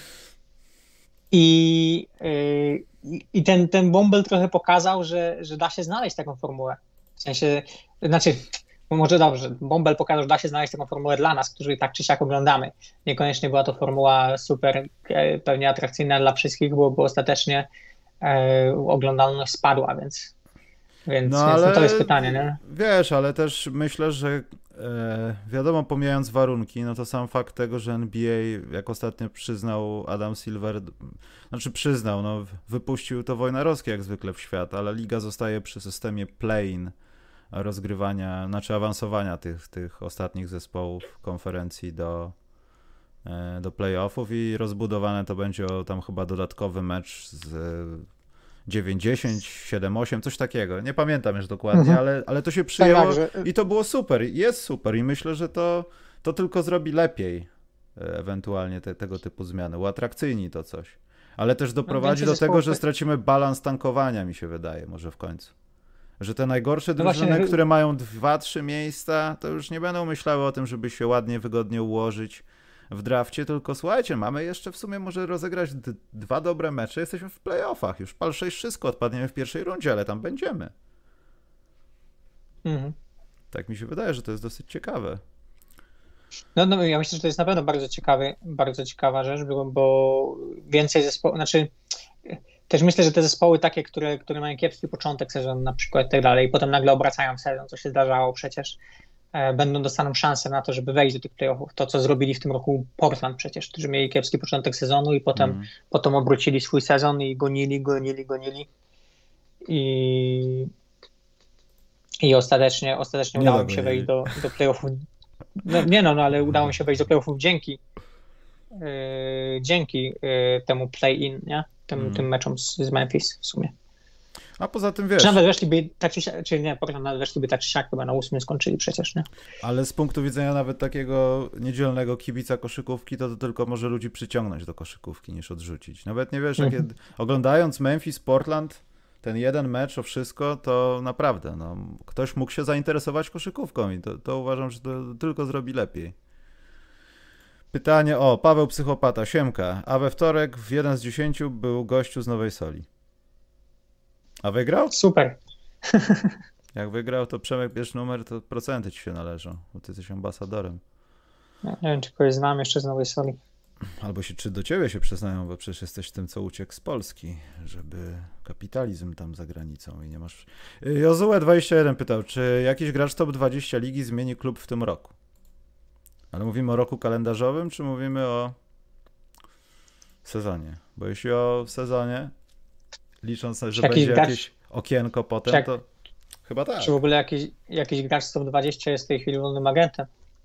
I ten bąbel trochę pokazał, że da się znaleźć taką formułę. W sensie, może dobrze, bąbel pokazał, że da się znaleźć taką formułę dla nas, którzy tak czy siak oglądamy. Niekoniecznie była to formuła super pewnie atrakcyjna dla wszystkich, bo ostatecznie oglądalność spadła, więc to jest pytanie, nie? Wiesz, ale też myślę, że wiadomo, pomijając warunki, to sam fakt tego, że NBA, jak ostatnio przyznał Adam Silver, wypuścił to wojnarowskie jak zwykle w świat, ale liga zostaje przy systemie play-in rozgrywania, awansowania tych ostatnich zespołów konferencji do playoffów i rozbudowane to będzie tam chyba dodatkowy mecz z 9-10, 7-8, coś takiego. Nie pamiętam już dokładnie, ale to się przyjęło i to było super. Jest super i myślę, że to tylko zrobi lepiej ewentualnie tego typu zmiany. Uatrakcyjni to coś. Ale też doprowadzi do tego, że stracimy balans tankowania, mi się wydaje, może w końcu. Że te najgorsze drużyny, które mają 2-3 miejsca, to już nie będą myślały o tym, żeby się ładnie, wygodnie ułożyć w drafcie, tylko słuchajcie, mamy jeszcze w sumie może rozegrać 2 dobre mecze, jesteśmy w playoffach, już pal 6 wszystko, odpadniemy w pierwszej rundzie, ale tam będziemy. Tak mi się wydaje, że to jest dosyć ciekawe. Ja myślę, że to jest na pewno bardzo ciekawa rzecz, bo więcej zespołów, też myślę, że te zespoły takie, które mają kiepski początek sezonu na przykład i tak dalej, i potem nagle obracają sezon, co się zdarzało przecież, dostaną szansę na to, żeby wejść do tych playoffów. To, co zrobili w tym roku Portland przecież, którzy mieli kiepski początek sezonu i potem obrócili swój sezon i gonili i ostatecznie udało mi się wejść do playoffów. Ale udało mi się wejść do playoffów dzięki temu play-in, nie? Tym meczom z Memphis w sumie. A poza tym wiesz... Czy nawet weszliby tak czy siak, nawet weszliby tak czy siak, chyba na 8 skończyli przecież, nie? Ale z punktu widzenia nawet takiego niedzielnego kibica koszykówki, to tylko może ludzi przyciągnąć do koszykówki niż odrzucić. Nawet nie wiesz, oglądając Memphis, Portland, ten jeden mecz o wszystko, to naprawdę, ktoś mógł się zainteresować koszykówką i to uważam, że to tylko zrobi lepiej. Pytanie, Paweł Psychopata, siemka, a we wtorek w 1 z 10 był gościu z Nowej Soli. A wygrał? Super. Jak wygrał, to Przemek bierz numer, to procenty ci się należą, bo ty jesteś ambasadorem. Nie wiem, czy kogoś znam jeszcze z Nowej Soli. Albo czy do ciebie się przyznają, bo przecież jesteś tym, co uciekł z Polski, żeby kapitalizm tam za granicą i nie masz... Jozue21 pytał, czy jakiś gracz top 20 ligi zmieni klub w tym roku? Ale mówimy o roku kalendarzowym, czy mówimy o sezonie? Bo jeśli o sezonie, licząc, że będzie jakieś okienko potem, to chyba tak. Czy w ogóle jakiś gracz z top 20 jest w tej chwili wolnym agentem?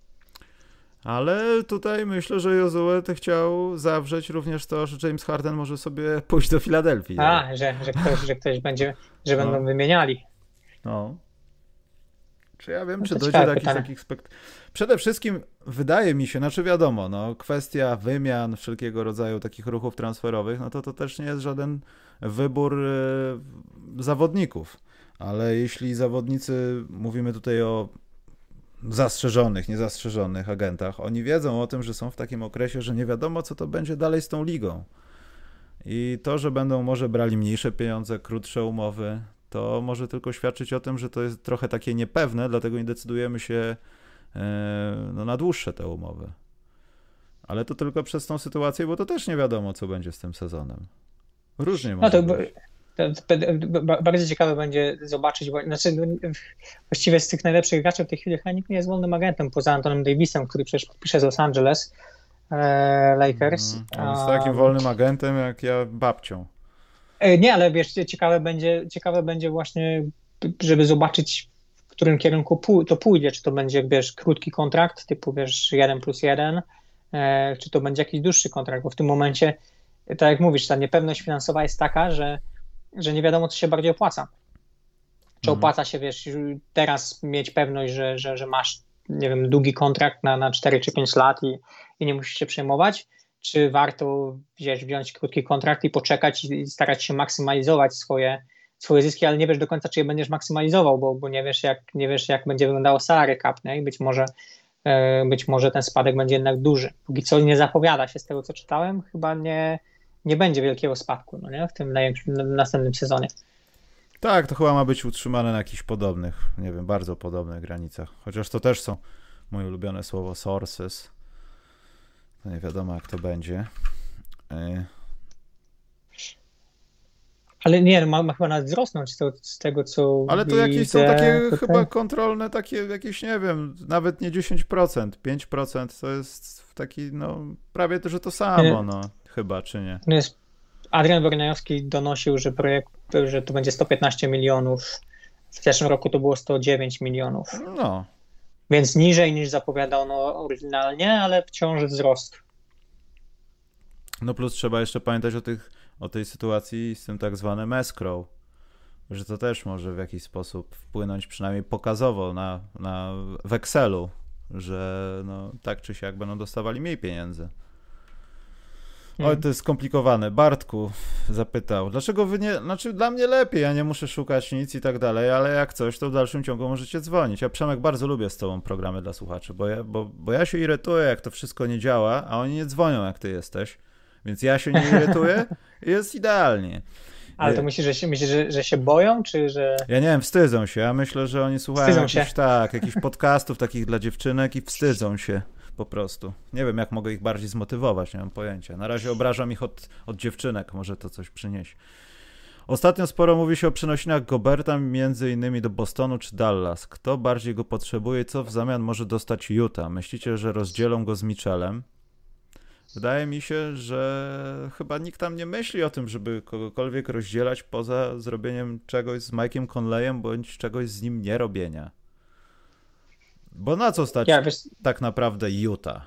Ale tutaj myślę, że Jozue chciał zawrzeć również to, że James Harden może sobie pójść do Filadelfii. Że ktoś będzie, że będą wymieniali. No. Czy ja wiem, czy dojdzie do jakichś takich Przede wszystkim wydaje mi się, znaczy wiadomo, kwestia wymian, wszelkiego rodzaju takich ruchów transferowych, to też nie jest żaden wybór zawodników. Ale jeśli zawodnicy, mówimy tutaj o zastrzeżonych, niezastrzeżonych agentach, oni wiedzą o tym, że są w takim okresie, że nie wiadomo, co to będzie dalej z tą ligą. I to, że będą może brali mniejsze pieniądze, krótsze umowy, to może tylko świadczyć o tym, że to jest trochę takie niepewne, dlatego nie decydujemy się na dłuższe te umowy. Ale to tylko przez tą sytuację, bo to też nie wiadomo, co będzie z tym sezonem. Różnie może być. Bardzo ciekawe będzie zobaczyć, właściwie z tych najlepszych graczy w tej chwili chyba nikt nie jest wolnym agentem, poza Antonem Davisem, który przecież podpisze z Los Angeles Lakers. On jest takim wolnym agentem jak ja babcią. Nie, ale wiesz, ciekawe będzie właśnie, żeby zobaczyć, w którym kierunku to pójdzie, czy to będzie, wiesz, krótki kontrakt, typu, wiesz, 1+1, czy to będzie jakiś dłuższy kontrakt, bo w tym momencie, tak jak mówisz, ta niepewność finansowa jest taka, że nie wiadomo, co się bardziej opłaca. Czy opłaca się, wiesz, teraz mieć pewność, że masz, nie wiem, długi kontrakt na 4 czy 5 lat i nie musisz się przejmować, czy warto wziąć krótki kontrakt i poczekać i starać się maksymalizować swoje zyski, ale nie wiesz do końca, czy je będziesz maksymalizował, bo nie wiesz, jak będzie wyglądało salary cap, nie? I być może ten spadek będzie jednak duży. Póki co nie zapowiada się z tego, co czytałem, chyba nie będzie wielkiego spadku, nie? W tym następnym sezonie. Tak, to chyba ma być utrzymane na jakichś podobnych, nie wiem, bardzo podobnych granicach. Chociaż to też są moje ulubione słowo sources. To nie wiadomo, jak to będzie. Ale nie, ma chyba nawet wzrosnąć z tego, co ale to jakieś są takie chyba kontrolne, takie jakieś, nie wiem, nawet nie 10%, 5% to jest taki, prawie to, że to samo, chyba, czy nie? Adrian Wojnarowski donosił, że to będzie 115 milionów. W zeszłym roku to było 109 milionów. No. Więc niżej niż zapowiadano oryginalnie, ale wciąż wzrost. No plus trzeba jeszcze pamiętać o tej sytuacji z tym tak zwanym escrow, że to też może w jakiś sposób wpłynąć przynajmniej pokazowo w Excelu, że tak czy siak będą dostawali mniej pieniędzy. Oj, to jest skomplikowane. Bartku zapytał, dlaczego wy nie, dla mnie lepiej, ja nie muszę szukać nic i tak dalej, ale jak coś, to w dalszym ciągu możecie dzwonić. Ja, Przemek, bardzo lubię z tobą programy dla słuchaczy, bo ja się irytuję, jak to wszystko nie działa, a oni nie dzwonią, jak ty jesteś, więc ja się nie irytuję i jest idealnie. Ale to myślisz, że się boją, czy że... Ja nie wiem, wstydzą się, ja myślę, że oni słuchają jakichś podcastów takich dla dziewczynek i wstydzą się. Po prostu. Nie wiem, jak mogę ich bardziej zmotywować, nie mam pojęcia. Na razie obrażam ich od dziewczynek, może to coś przyniesie. Ostatnio sporo mówi się o przenosinach Goberta, między innymi do Bostonu czy Dallas. Kto bardziej go potrzebuje i co w zamian może dostać Utah? Myślicie, że rozdzielą go z Mitchellem? Wydaje mi się, że chyba nikt tam nie myśli o tym, żeby kogokolwiek rozdzielać poza zrobieniem czegoś z Mike'iem Conleyem, bądź czegoś z nim nie robienia. Bo na co stać tak naprawdę Utah?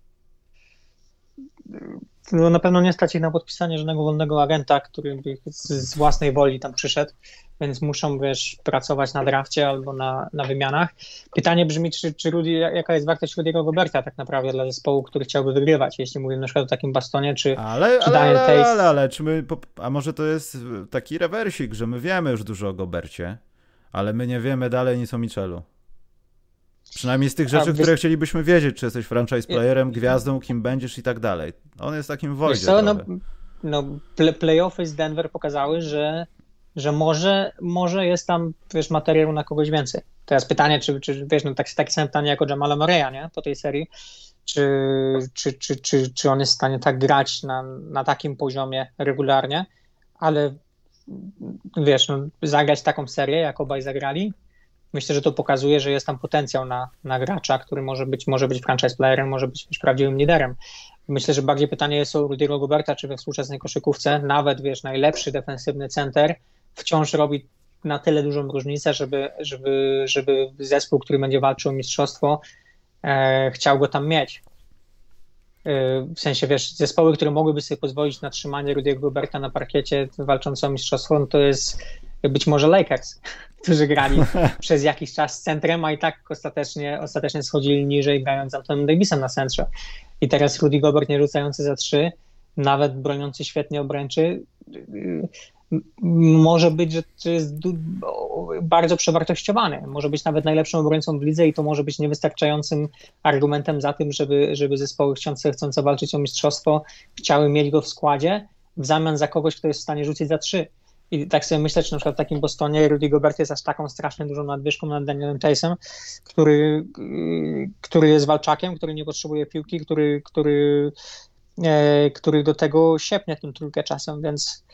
No na pewno nie stać ich na podpisanie żadnego wolnego agenta, który by z własnej woli tam przyszedł, więc muszą, pracować na drafcie albo na wymianach. Pytanie brzmi, czy jaka jest wartość Rudy'ego Goberta tak naprawdę dla zespołu, który chciałby wygrywać, jeśli mówimy na przykład o takim Bastonie, czy ale czy my, a może to jest taki rewersik, że my wiemy już dużo o Gobercie, ale my nie wiemy dalej nic o Mitchellu. Przynajmniej z tych rzeczy, które chcielibyśmy wiedzieć, czy jesteś franchise playerem, gwiazdą, kim będziesz i tak dalej. On jest takim wodzie. Playoffy z Denver pokazały, że może jest tam, materiał na kogoś więcej. Teraz pytanie, czy takie same pytanie jak o Jamala Murray'a, nie? Po tej serii, czy on jest w stanie tak grać na takim poziomie regularnie, ale wiesz, no, zagrać taką serię, jak obaj zagrali, myślę, że to pokazuje, że jest tam potencjał na gracza, który może być franchise playerem, może być prawdziwym liderem. Myślę, że bardziej pytanie jest o Rudy'ego Goberta, czy we współczesnej koszykówce nawet, wiesz, najlepszy defensywny center wciąż robi na tyle dużą różnicę, żeby zespół, który będzie walczył o mistrzostwo, chciał go tam mieć. W sensie, wiesz, zespoły, które mogłyby sobie pozwolić na trzymanie Rudy'ego Goberta na parkiecie walcząc o mistrzostwo, no to jest być może Lakers, którzy grali przez jakiś czas z centrem, a i tak ostatecznie schodzili niżej, grając Antonem Davisem na centrze. I teraz Rudy Gobert nie rzucający za 3, nawet broniący świetnie obręczy, może być, że jest bardzo przewartościowany. Może być nawet najlepszym obrońcą w lidze i to może być niewystarczającym argumentem za tym, żeby zespoły chcące walczyć o mistrzostwo chciały mieć go w składzie w zamian za kogoś, kto jest w stanie rzucić za 3. I tak sobie myślę, czy na przykład w takim Bostonie Rudy Gobert jest aż taką strasznie dużą nadwyżką nad Danielem Taysom, który jest walczakiem, który nie potrzebuje piłki, który do tego siepnie tym trójkę czasem, więc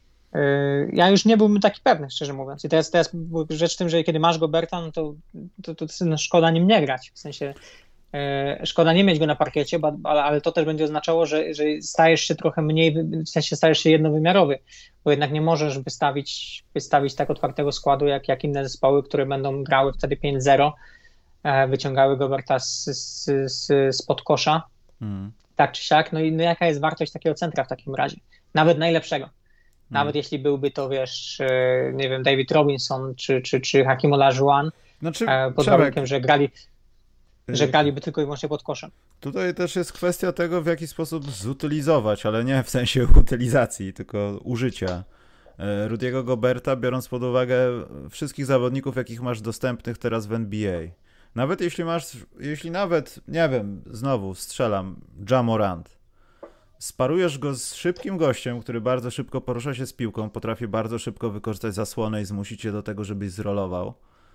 ja już nie byłbym taki pewny, szczerze mówiąc. I teraz rzecz w tym, że kiedy masz Goberta, no to szkoda nim nie grać. W sensie szkoda nie mieć go na parkiecie, ale to też będzie oznaczało, że stajesz się trochę mniej, w sensie stajesz się jednowymiarowy, bo jednak nie możesz wystawić tak otwartego składu, jak inne zespoły, które będą grały wtedy 5-0, wyciągały Goberta spod kosza, tak czy siak. No i jaka jest wartość takiego centra w takim razie? Nawet najlepszego. Nawet jeśli byłby to, wiesz, nie wiem, David Robinson czy Hakim Olajuwon, znaczy, pod warunkiem, że graliby tylko i wyłącznie pod koszem. Tutaj też jest kwestia tego, w jaki sposób zutylizować, ale nie w sensie utylizacji, tylko użycia Rudy'ego Goberta, biorąc pod uwagę wszystkich zawodników, jakich masz dostępnych teraz w NBA. Nawet jeśli nawet, nie wiem, znowu strzelam, Ja Morant, sparujesz go z szybkim gościem, który bardzo szybko porusza się z piłką, potrafi bardzo szybko wykorzystać zasłonę i zmusić cię do tego, żebyś zrolował,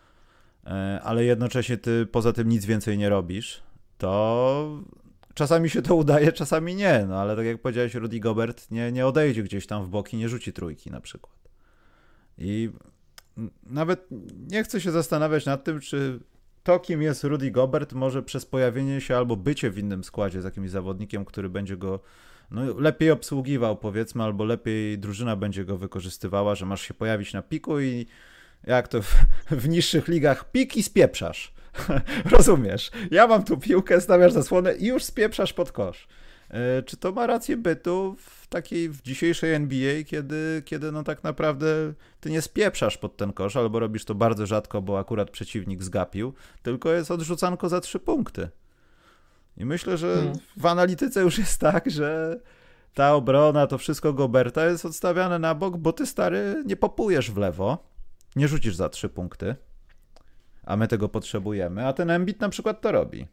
ale jednocześnie ty poza tym nic więcej nie robisz, to czasami się to udaje, czasami nie, no ale tak jak powiedziałeś, Rudy Gobert nie odejdzie gdzieś tam w boki, nie rzuci trójki na przykład. I nawet nie chcę się zastanawiać nad tym, czy to, kim jest Rudy Gobert, może przez pojawienie się albo bycie w innym składzie z jakimś zawodnikiem, który będzie go lepiej obsługiwał, powiedzmy, albo lepiej drużyna będzie go wykorzystywała, że masz się pojawić na piku i jak to w niższych ligach, pik i spieprzasz. Rozumiesz? Ja mam tu piłkę, stawiasz zasłonę i już spieprzasz pod kosz. Czy to ma rację bytu w dzisiejszej NBA, kiedy no tak naprawdę ty nie spieprzasz pod ten kosz, albo robisz to bardzo rzadko, bo akurat przeciwnik zgapił, tylko jest odrzucanko za 3 punkty. I myślę, że w analityce już jest tak, że ta obrona, to wszystko Goberta jest odstawiane na bok, bo ty, stary, nie popujesz w lewo, nie rzucisz za 3 punkty, a my tego potrzebujemy, a ten Embiid na przykład to robi.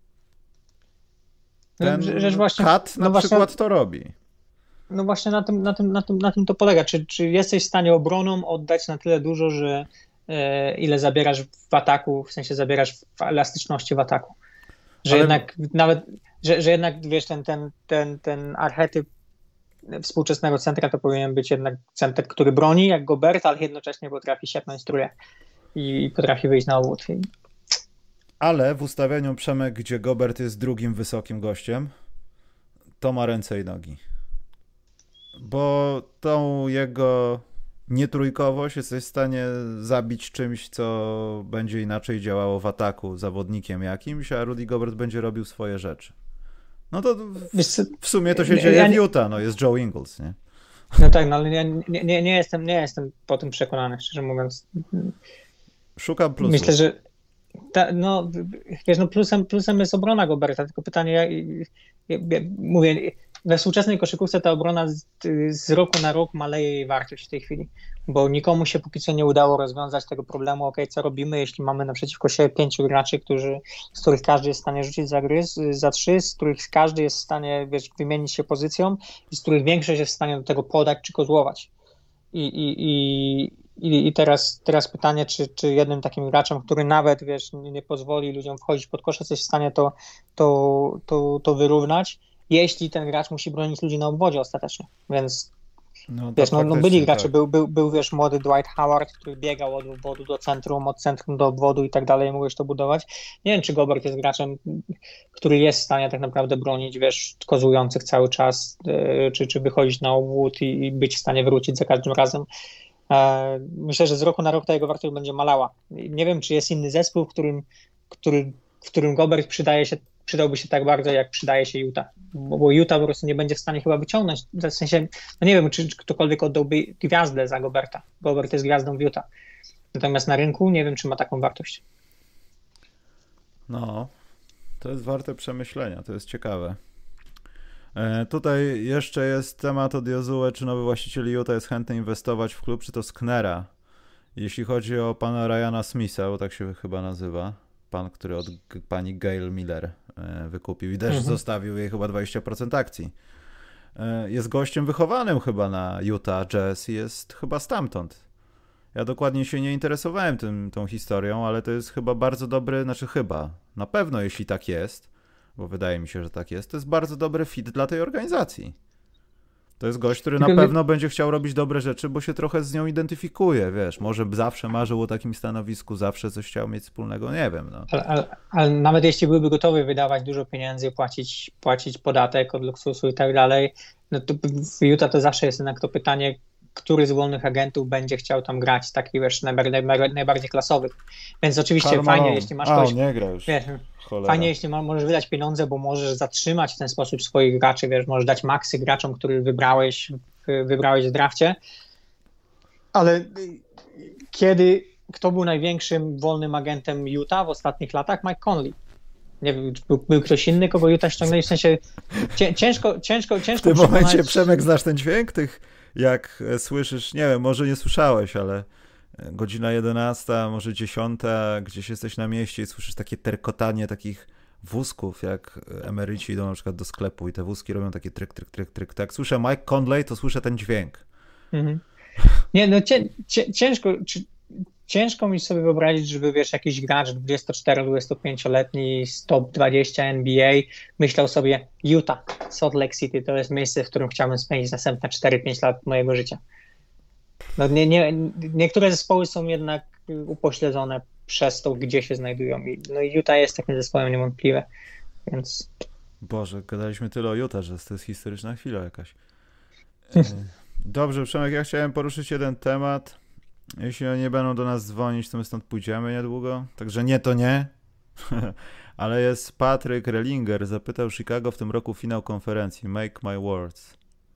Ten Kat na przykład to robi. No właśnie na tym to polega. Czy jesteś w stanie obroną oddać na tyle dużo, że ile zabierasz w ataku, w sensie zabierasz w elastyczności w ataku. Że ale... jednak nawet, że jednak wiesz, ten archetyp współczesnego centra to powinien być jednak center, który broni jak Gobert, ale jednocześnie potrafi siepnąć trójkę i potrafi wyjść na obwód. Ale w ustawieniu, Przemek, gdzie Gobert jest drugim wysokim gościem, to ma ręce i nogi. Bo tą jego nietrójkowość jesteś w stanie zabić czymś, co będzie inaczej działało w ataku zawodnikiem jakimś, a Rudy Gobert będzie robił swoje rzeczy. No to w sumie to się dzieje w Utah, no jest Joe Ingles, nie? No tak, no ale ja nie jestem po tym przekonany, szczerze mówiąc. Szukam plusów. Myślę, że no wiesz, no plusem jest obrona Goberta, tylko pytanie, mówię, we współczesnej koszykówce ta obrona z roku na rok maleje jej wartość w tej chwili, bo nikomu się póki co nie udało rozwiązać tego problemu, co robimy, jeśli mamy naprzeciwko siebie 5 graczy, z których każdy jest w stanie rzucić za 3, z których każdy jest w stanie, wiesz, wymienić się pozycją i z których większość jest w stanie do tego podać czy kozłować. I teraz pytanie, czy jednym takim graczem, który nawet, wiesz, nie pozwoli ludziom wchodzić pod kosz, jesteś w stanie to wyrównać, jeśli ten gracz musi bronić ludzi na obwodzie ostatecznie. Więc No wiesz, tak, no byli gracze, tak. był, wiesz, młody Dwight Howard, który biegał od obwodu do centrum, od centrum do obwodu i tak dalej, mógłeś to budować. Nie wiem, czy Gobert jest graczem, który jest w stanie tak naprawdę bronić, wiesz, kozujących cały czas, czy wychodzić na obwód i być w stanie wrócić za każdym razem. Myślę, że z roku na rok ta jego wartość będzie malała. Nie wiem, czy jest inny zespół, w którym Gobert przydałby się tak bardzo, jak przydaje się Utah. Bo Utah po prostu nie będzie w stanie chyba wyciągnąć. W sensie, no nie wiem, czy ktokolwiek oddałby gwiazdę za Goberta. Gobert jest gwiazdą w Utah. Natomiast na rynku nie wiem, czy ma taką wartość. No, to jest warte przemyślenia, to jest ciekawe. Tutaj jeszcze jest temat od Jozue, czy nowy właściciel Utah jest chętny inwestować w klub, czy to Sknera. Jeśli chodzi o pana Ryana Smitha, bo tak się chyba nazywa, pan, który od pani Gail Miller wykupił i też zostawił jej chyba 20% akcji. Jest gościem wychowanym chyba na Utah Jazz i jest chyba stamtąd. Ja dokładnie się nie interesowałem tą historią, ale to jest chyba bardzo dobry, na pewno jeśli tak jest, bo wydaje mi się, że tak jest, to jest bardzo dobry fit dla tej organizacji. To jest gość, który na pewno będzie chciał robić dobre rzeczy, bo się trochę z nią identyfikuje, wiesz, może zawsze marzył o takim stanowisku, zawsze coś chciał mieć wspólnego, nie wiem. No. Ale nawet jeśli byłby gotowy wydawać dużo pieniędzy, płacić podatek od luksusu i tak dalej, no to w Utah to zawsze jest jednak to pytanie, który z wolnych agentów będzie chciał tam grać, takich wiesz, najbardziej klasowych. Więc oczywiście Karl fajnie, Malone. jeśli masz kogoś, nie gra już. Wiesz, Cholera. fajnie, jeśli możesz wydać pieniądze, bo możesz zatrzymać w ten sposób swoich graczy, wiesz, możesz dać maksy graczom, których wybrałeś w drafcie, ale kto był największym wolnym agentem Utah w ostatnich latach? Mike Conley. Nie wiem, był ktoś inny, kogo Utah ściągnęli, w sensie ciężko w tym momencie, Przemek, znasz ten dźwięk tych, jak słyszysz, nie wiem, może nie słyszałeś, ale godzina 11, może 10, gdzieś jesteś na mieście i słyszysz takie terkotanie takich wózków, jak emeryci idą na przykład do sklepu i te wózki robią takie tryk, tryk, tryk, tryk. Tak jak słyszę Mike Conley, to słyszę ten dźwięk. Mhm. Nie, no ciężko mi sobie wyobrazić, żeby wiesz, jakiś gracz 24-25-letni z top 20 NBA myślał sobie Utah, Salt Lake City to jest miejsce, w którym chciałbym spędzić następne 4-5 lat mojego życia. No niektóre zespoły są jednak upośledzone przez to, gdzie się znajdują. No i Utah jest takim zespołem niewątpliwe, więc... Boże, gadaliśmy tyle o Utah, że to jest historyczna chwila jakaś. Dobrze, Przemek, ja chciałem poruszyć jeden temat. Jeśli oni nie będą do nas dzwonić, to my stąd pójdziemy niedługo. Także nie, to nie. Ale jest Patryk Rellinger, zapytał Chicago w tym roku finał konferencji. Make my words.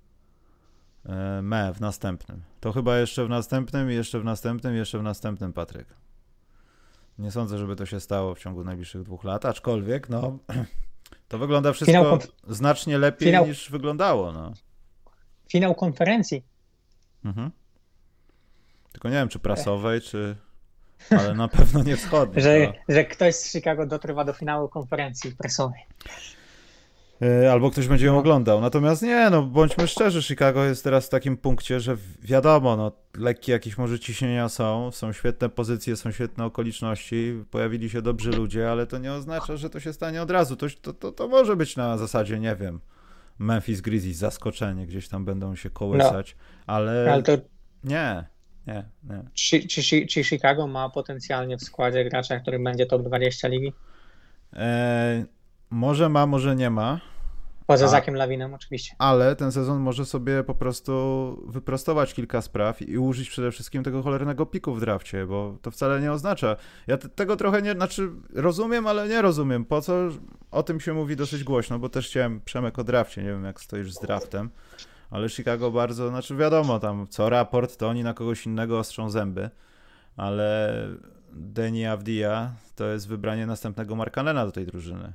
W następnym. To chyba jeszcze w następnym, jeszcze w następnym, jeszcze w następnym, Patryk. Nie sądzę, żeby to się stało w ciągu najbliższych 2 lat, aczkolwiek, no, to wygląda wszystko znacznie lepiej niż wyglądało, no. Finał konferencji. Mhm. Tylko nie wiem, czy prasowej, ale na pewno nie wschodniej. Że ktoś z Chicago dotrwa do finału konferencji prasowej. Albo ktoś będzie ją oglądał. Natomiast nie, no bądźmy szczerzy, Chicago jest teraz w takim punkcie, że wiadomo, no lekkie jakieś może ciśnienia są świetne pozycje, są świetne okoliczności, pojawili się dobrzy ludzie, ale to nie oznacza, że to się stanie od razu. To może być na zasadzie, nie wiem, Memphis Grizzlies, zaskoczenie, gdzieś tam będą się kołysać, ale to... Nie. Czy Chicago ma potencjalnie w składzie gracza, który będzie top 20 ligi? Może ma, może nie ma. Poza Zachem Lawinem oczywiście. Ale ten sezon może sobie po prostu wyprostować kilka spraw i użyć przede wszystkim tego cholernego piku w drafcie, bo to wcale nie oznacza. Ja tego trochę rozumiem, ale nie rozumiem. Po co o tym się mówi dosyć głośno, bo też chciałem, Przemek, o drafcie, nie wiem jak stoisz z draftem, ale Chicago bardzo, wiadomo, tam co raport, to oni na kogoś innego ostrzą zęby, ale Deni Avdija to jest wybranie następnego Markkanena do tej drużyny.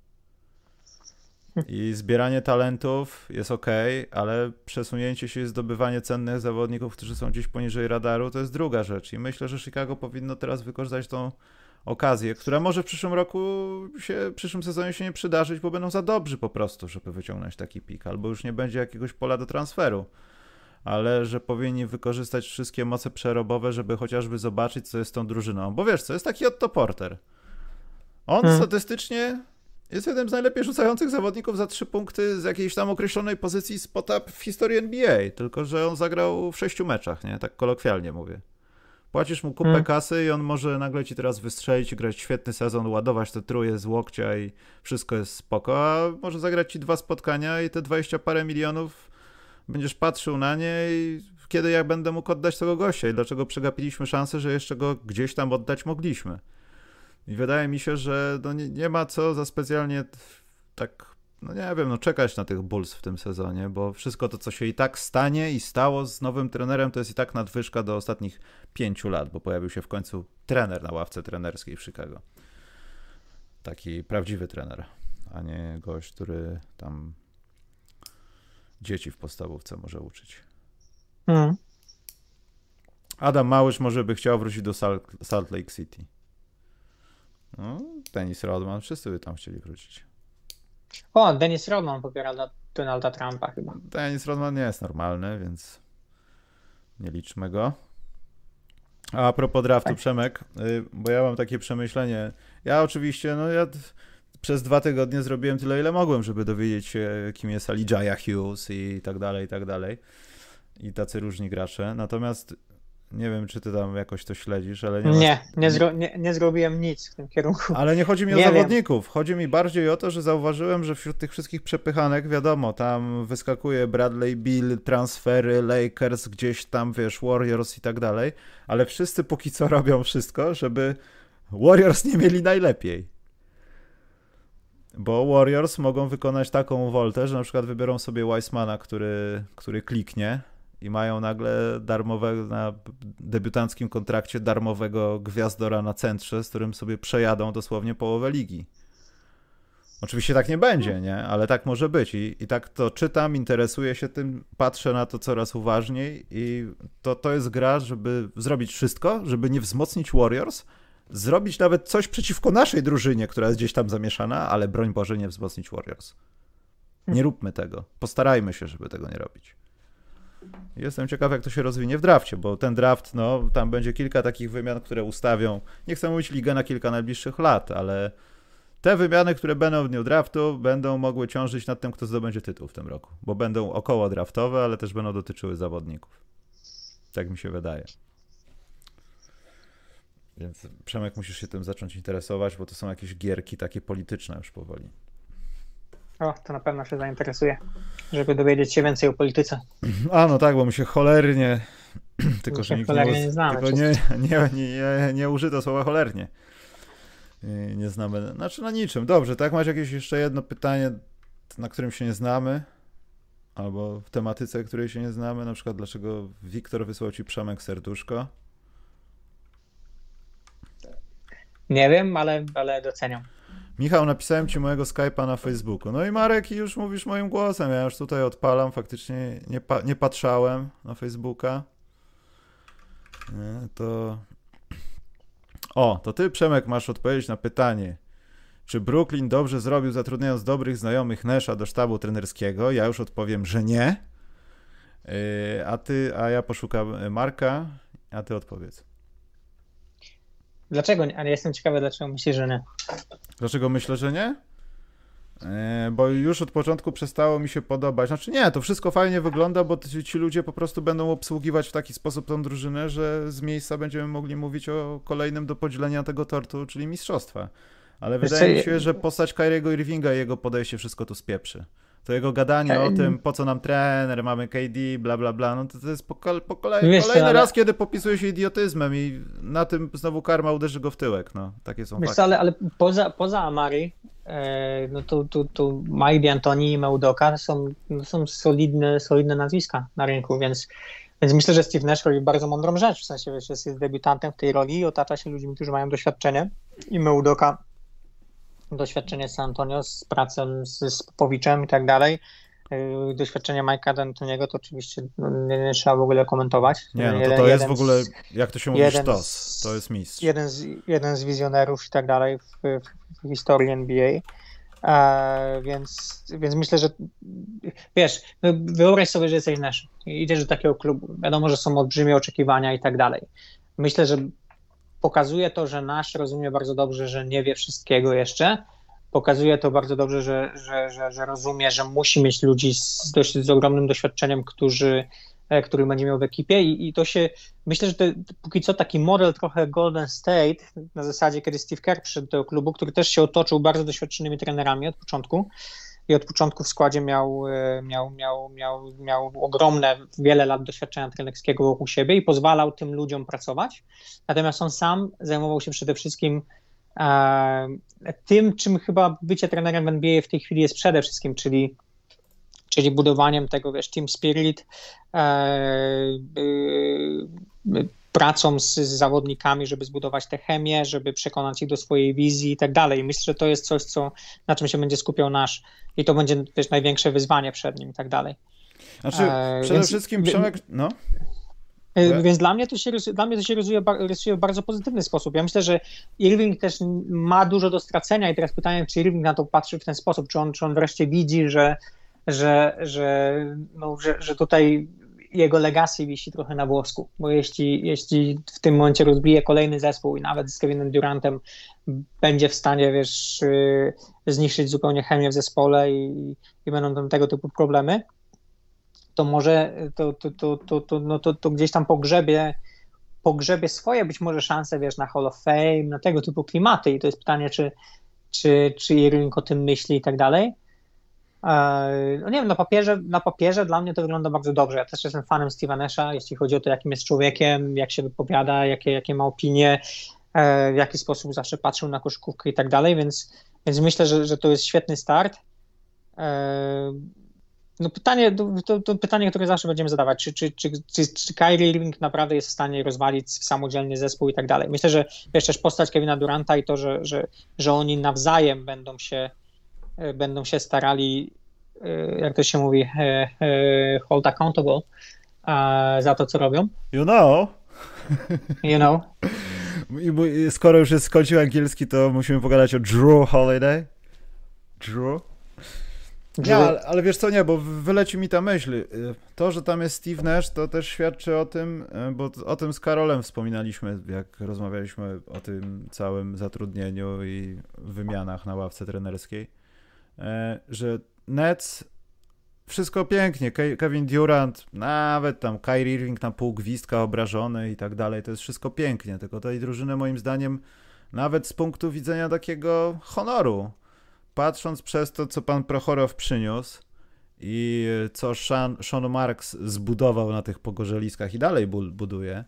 I zbieranie talentów jest okej, ale przesunięcie się i zdobywanie cennych zawodników, którzy są gdzieś poniżej radaru, to jest druga rzecz. I myślę, że Chicago powinno teraz wykorzystać tą okazję, która może w przyszłym sezonie się nie przydarzyć, bo będą za dobrzy po prostu, żeby wyciągnąć taki pik, albo już nie będzie jakiegoś pola do transferu. ale że powinni wykorzystać wszystkie moce przerobowe, żeby chociażby zobaczyć, co jest z tą drużyną. Bo wiesz co, jest taki Otto Porter. On statystycznie jest jednym z najlepiej rzucających zawodników za 3 punkty z jakiejś tam określonej pozycji spota w historii NBA, tylko że on zagrał w 6 meczach, nie? Tak kolokwialnie mówię. Płacisz mu kupę kasy i on może nagle ci teraz wystrzelić, grać świetny sezon, ładować te truje z łokcia i wszystko jest spoko, a może zagrać ci 2 spotkania i te 20 parę milionów będziesz patrzył na nie i kiedy ja będę mógł oddać tego gościa i dlaczego przegapiliśmy szansę, że jeszcze go gdzieś tam oddać mogliśmy. I wydaje mi się, że no nie ma co za specjalnie tak, no nie wiem, no czekać na tych Bulls w tym sezonie, bo wszystko to, co się i tak stanie i stało z nowym trenerem, to jest i tak nadwyżka do ostatnich 5 lat, bo pojawił się w końcu trener na ławce trenerskiej w Chicago. Taki prawdziwy trener, a nie gość, który tam dzieci w podstawówce może uczyć. Adam Małysz może by chciał wrócić do Salt Lake City. No, Dennis Rodman, wszyscy by tam chcieli wrócić. O, Dennis Rodman popiera Donalda Trumpa chyba. Dennis Rodman nie jest normalny, więc nie liczmy go. A propos draftu, Przemek, bo ja mam takie przemyślenie. Ja oczywiście, ja przez 2 tygodnie zrobiłem tyle, ile mogłem, żeby dowiedzieć się, kim jest Elijah Hughes i tak dalej, i tak dalej. I tacy różni gracze. Natomiast nie wiem, czy ty tam jakoś to śledzisz, ale nie zrobiłem nic w tym kierunku. Ale nie chodzi mi o zawodników. Chodzi mi bardziej o to, że zauważyłem, że wśród tych wszystkich przepychanek, wiadomo, tam wyskakuje Bradley Beal, transfery, Lakers, gdzieś tam, wiesz, Warriors i tak dalej, ale wszyscy póki co robią wszystko, żeby Warriors nie mieli najlepiej. Bo Warriors mogą wykonać taką woltę, że na przykład wybiorą sobie Weissmana, który kliknie, i mają nagle na debiutanckim kontrakcie darmowego gwiazdora na centrze, z którym sobie przejadą dosłownie połowę ligi. Oczywiście tak nie będzie, nie? Ale tak może być. I tak to czytam, interesuję się tym, patrzę na to coraz uważniej i to jest gra, żeby zrobić wszystko, żeby nie wzmocnić Warriors, zrobić nawet coś przeciwko naszej drużynie, która jest gdzieś tam zamieszana, ale broń Boże nie wzmocnić Warriors. Nie róbmy tego. Postarajmy się, żeby tego nie robić. Jestem ciekaw, jak to się rozwinie w drafcie, bo ten draft, tam będzie kilka takich wymian, które ustawią, nie chcę mówić ligę na kilka najbliższych lat, ale te wymiany, które będą w dniu draftu, będą mogły ciążyć nad tym, kto zdobędzie tytuł w tym roku, bo będą około draftowe, ale też będą dotyczyły zawodników. Tak mi się wydaje. Więc Przemek, musisz się tym zacząć interesować, bo to są jakieś gierki takie polityczne już powoli. O, to na pewno się zainteresuje, żeby dowiedzieć się więcej o polityce. A no tak, bo my się cholernie, tylko że nikt nie użyto słowa cholernie. Nie znamy, znaczy na niczym. Dobrze, tak, masz jakieś jeszcze jedno pytanie, na którym się nie znamy? Albo w tematyce, której się nie znamy? Na przykład dlaczego Wiktor wysłał ci Przemek serduszko? Nie wiem, ale doceniam. Michał, napisałem ci mojego Skype'a na Facebooku. No i Marek, już mówisz moim głosem. Ja już tutaj odpalam. Faktycznie nie patrzałem na Facebooka. To ty, Przemek, masz odpowiedzieć na pytanie. Czy Brooklyn dobrze zrobił, zatrudniając dobrych znajomych Nasha do sztabu trenerskiego? Ja już odpowiem, że nie. A ja poszukam Marka, a ty odpowiedz. Dlaczego nie? Ale jestem ciekawy, dlaczego myślisz, że nie. Dlaczego myślę, że nie? Bo już od początku przestało mi się podobać. Znaczy nie, to wszystko fajnie wygląda, bo ci ludzie po prostu będą obsługiwać w taki sposób tą drużynę, że z miejsca będziemy mogli mówić o kolejnym do podzielenia tego tortu, czyli mistrzostwa. Ale wydaje mi się, że postać Kyriego Irvinga i jego podejście wszystko tu spieprzy. To jego gadanie o tym, po co nam trener, mamy KD, bla, bla, bla, to jest kolejny raz, kiedy popisuje się idiotyzmem i na tym znowu karma uderzy go w tyłek. Takie są fakty. Ale poza Amari, tu Mike D'Antoni i Meudoka są solidne nazwiska na rynku, więc myślę, że Steve Nash robi bardzo mądrą rzecz, w sensie, że jest debiutantem w tej roli i otacza się ludźmi, którzy mają doświadczenie i Meudoka doświadczenie z San Antonio, z pracą z Popowiczem i tak dalej. Doświadczenie Mike'a D'Antoniego to oczywiście nie trzeba w ogóle komentować. Nie, to jest w ogóle, jak to się mówi, to jest mistrz. Jeden z wizjonerów i tak dalej w historii NBA. Więc myślę, że wiesz, no wyobraź sobie, że jesteś nasz i idziesz do takiego klubu. Wiadomo, że są olbrzymie oczekiwania i tak dalej. Myślę, że pokazuje to, że nasz rozumie bardzo dobrze, że nie wie wszystkiego jeszcze. Pokazuje to bardzo dobrze, że rozumie, że musi mieć ludzi z ogromnym doświadczeniem, których będzie miał w ekipie i to się, myślę, że to póki co taki model trochę Golden State, na zasadzie, kiedy Steve Kerr przyszedł do tego klubu, który też się otoczył bardzo doświadczonymi trenerami od początku i od początku w składzie miał ogromne, wiele lat doświadczenia trenerskiego wokół siebie i pozwalał tym ludziom pracować. Natomiast on sam zajmował się przede wszystkim tym, czym chyba bycie trenerem w NBA w tej chwili jest przede wszystkim, czyli budowaniem tego, wiesz, team spirit, pracą z zawodnikami, żeby zbudować tę chemię, żeby przekonać ich do swojej wizji i tak dalej. Myślę, że to jest coś, na czym się będzie skupiał nasz i to będzie też największe wyzwanie przed nim i tak dalej. Znaczy, przede wszystkim Przemek, no. Więc dla mnie to się rysuje w bardzo pozytywny sposób. Ja myślę, że Irving też ma dużo do stracenia i teraz pytanie, czy Irving na to patrzy w ten sposób, czy on wreszcie widzi, że tutaj jego legacy wisi trochę na włosku, bo jeśli w tym momencie rozbije kolejny zespół i nawet z Kevinem Durantem będzie w stanie, wiesz, zniszczyć zupełnie chemię w zespole i będą tam tego typu problemy, to może to gdzieś tam pogrzebie swoje być może szanse, wiesz, na Hall of Fame, na tego typu klimaty i to jest pytanie, czy Irving o tym myśli i tak dalej. No nie wiem, na papierze dla mnie to wygląda bardzo dobrze. Ja też jestem fanem Steve'a Nasha, jeśli chodzi o to, jakim jest człowiekiem, jak się wypowiada, jakie ma opinie, w jaki sposób zawsze patrzył na koszykówkę i tak dalej, więc myślę, że to jest świetny start. No to pytanie, które zawsze będziemy zadawać, czy Kyrie Irving naprawdę jest w stanie rozwalić samodzielnie zespół i tak dalej. Myślę, że wiesz, też postać Kevina Duranta i to, że oni nawzajem będą się starali, jak to się mówi, hold accountable za to, co robią. You know. I skoro już jest skończył angielski, to musimy pogadać o Drew Holiday. Drew. Nie, ale wiesz co, nie, bo wyleci mi ta myśl. To, że tam jest Steve Nash, to też świadczy o tym, bo o tym z Karolem wspominaliśmy, jak rozmawialiśmy o tym całym zatrudnieniu i wymianach na ławce trenerskiej, że Nets wszystko pięknie, Kevin Durant, nawet tam Kyrie Irving na pół gwizdka obrażony i tak dalej, to jest wszystko pięknie, tylko tej drużyny moim zdaniem nawet z punktu widzenia takiego honoru, patrząc przez to, co pan Prochorow przyniósł i co Sean Marks zbudował na tych pogorzeliskach i dalej buduje,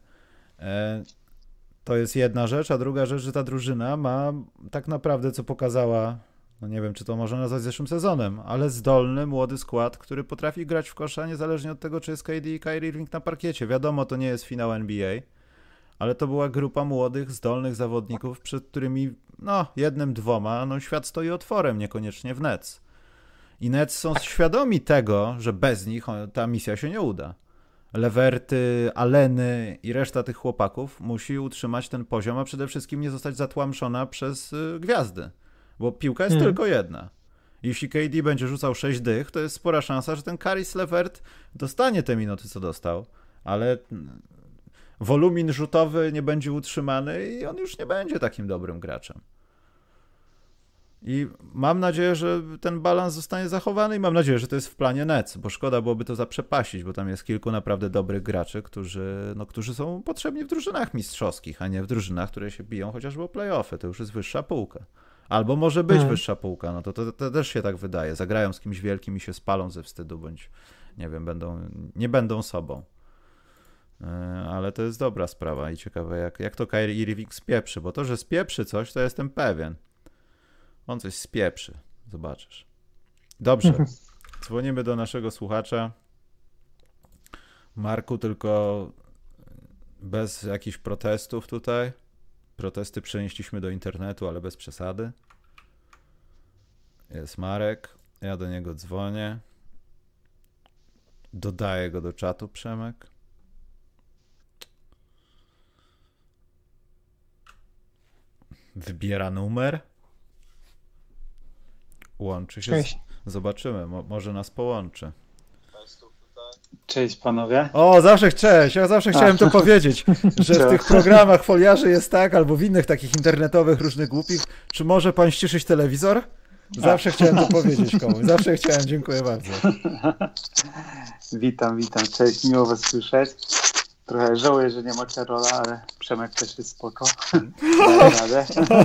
to jest jedna rzecz, a druga rzecz, że ta drużyna ma tak naprawdę, co pokazała, no nie wiem, czy to można nazwać zeszłym sezonem, ale zdolny, młody skład, który potrafi grać w kosza niezależnie od tego, czy jest KD i Kyrie Irving na parkiecie. Wiadomo, to nie jest finał NBA, ale to była grupa młodych, zdolnych zawodników, przed którymi, no, jednym, dwoma, no, świat stoi otworem, niekoniecznie w Nets. I Nets są świadomi tego, że bez nich ta misja się nie uda. Leverty, Alleny i reszta tych chłopaków musi utrzymać ten poziom, a przede wszystkim nie zostać zatłamszona przez gwiazdy. Bo piłka jest tylko jedna. Jeśli KD będzie rzucał 6 dych, to jest spora szansa, że ten Caris LeVert dostanie te minuty, co dostał, ale wolumin rzutowy nie będzie utrzymany i on już nie będzie takim dobrym graczem. I mam nadzieję, że ten balans zostanie zachowany i mam nadzieję, że to jest w planie Nets, bo szkoda byłoby to zaprzepaścić, bo tam jest kilku naprawdę dobrych graczy, którzy są potrzebni w drużynach mistrzowskich, a nie w drużynach, które się biją chociażby o play-offy. To już jest wyższa półka. Albo może być wyższa półka, no to też się tak wydaje. Zagrają z kimś wielkim i się spalą ze wstydu, bądź nie wiem, nie będą sobą. Ale to jest dobra sprawa i ciekawe, jak to Kyrie Irving spieprzy, bo to, że spieprzy coś, to jestem pewien. On coś spieprzy, zobaczysz. Dobrze, dzwonimy do naszego słuchacza. Marku, tylko bez jakichś protestów tutaj. Protesty przenieśliśmy do internetu, ale bez przesady. Jest Marek, ja do niego dzwonię. Dodaję go do czatu, Przemek. Wybiera numer. łączy się. Cześć. Zobaczymy, może nas połączy. Cześć panowie. O, cześć. Ja zawsze chciałem to powiedzieć, że w tych programach foliarzy jest tak, albo w innych takich internetowych różnych głupich, czy może pan ściszyć telewizor? Zawsze chciałem to powiedzieć komuś. Zawsze chciałem, dziękuję bardzo. Witam, cześć, miło was słyszeć. Trochę żałuję, że nie ma Karola, ale Przemek też jest spoko. Daję radę.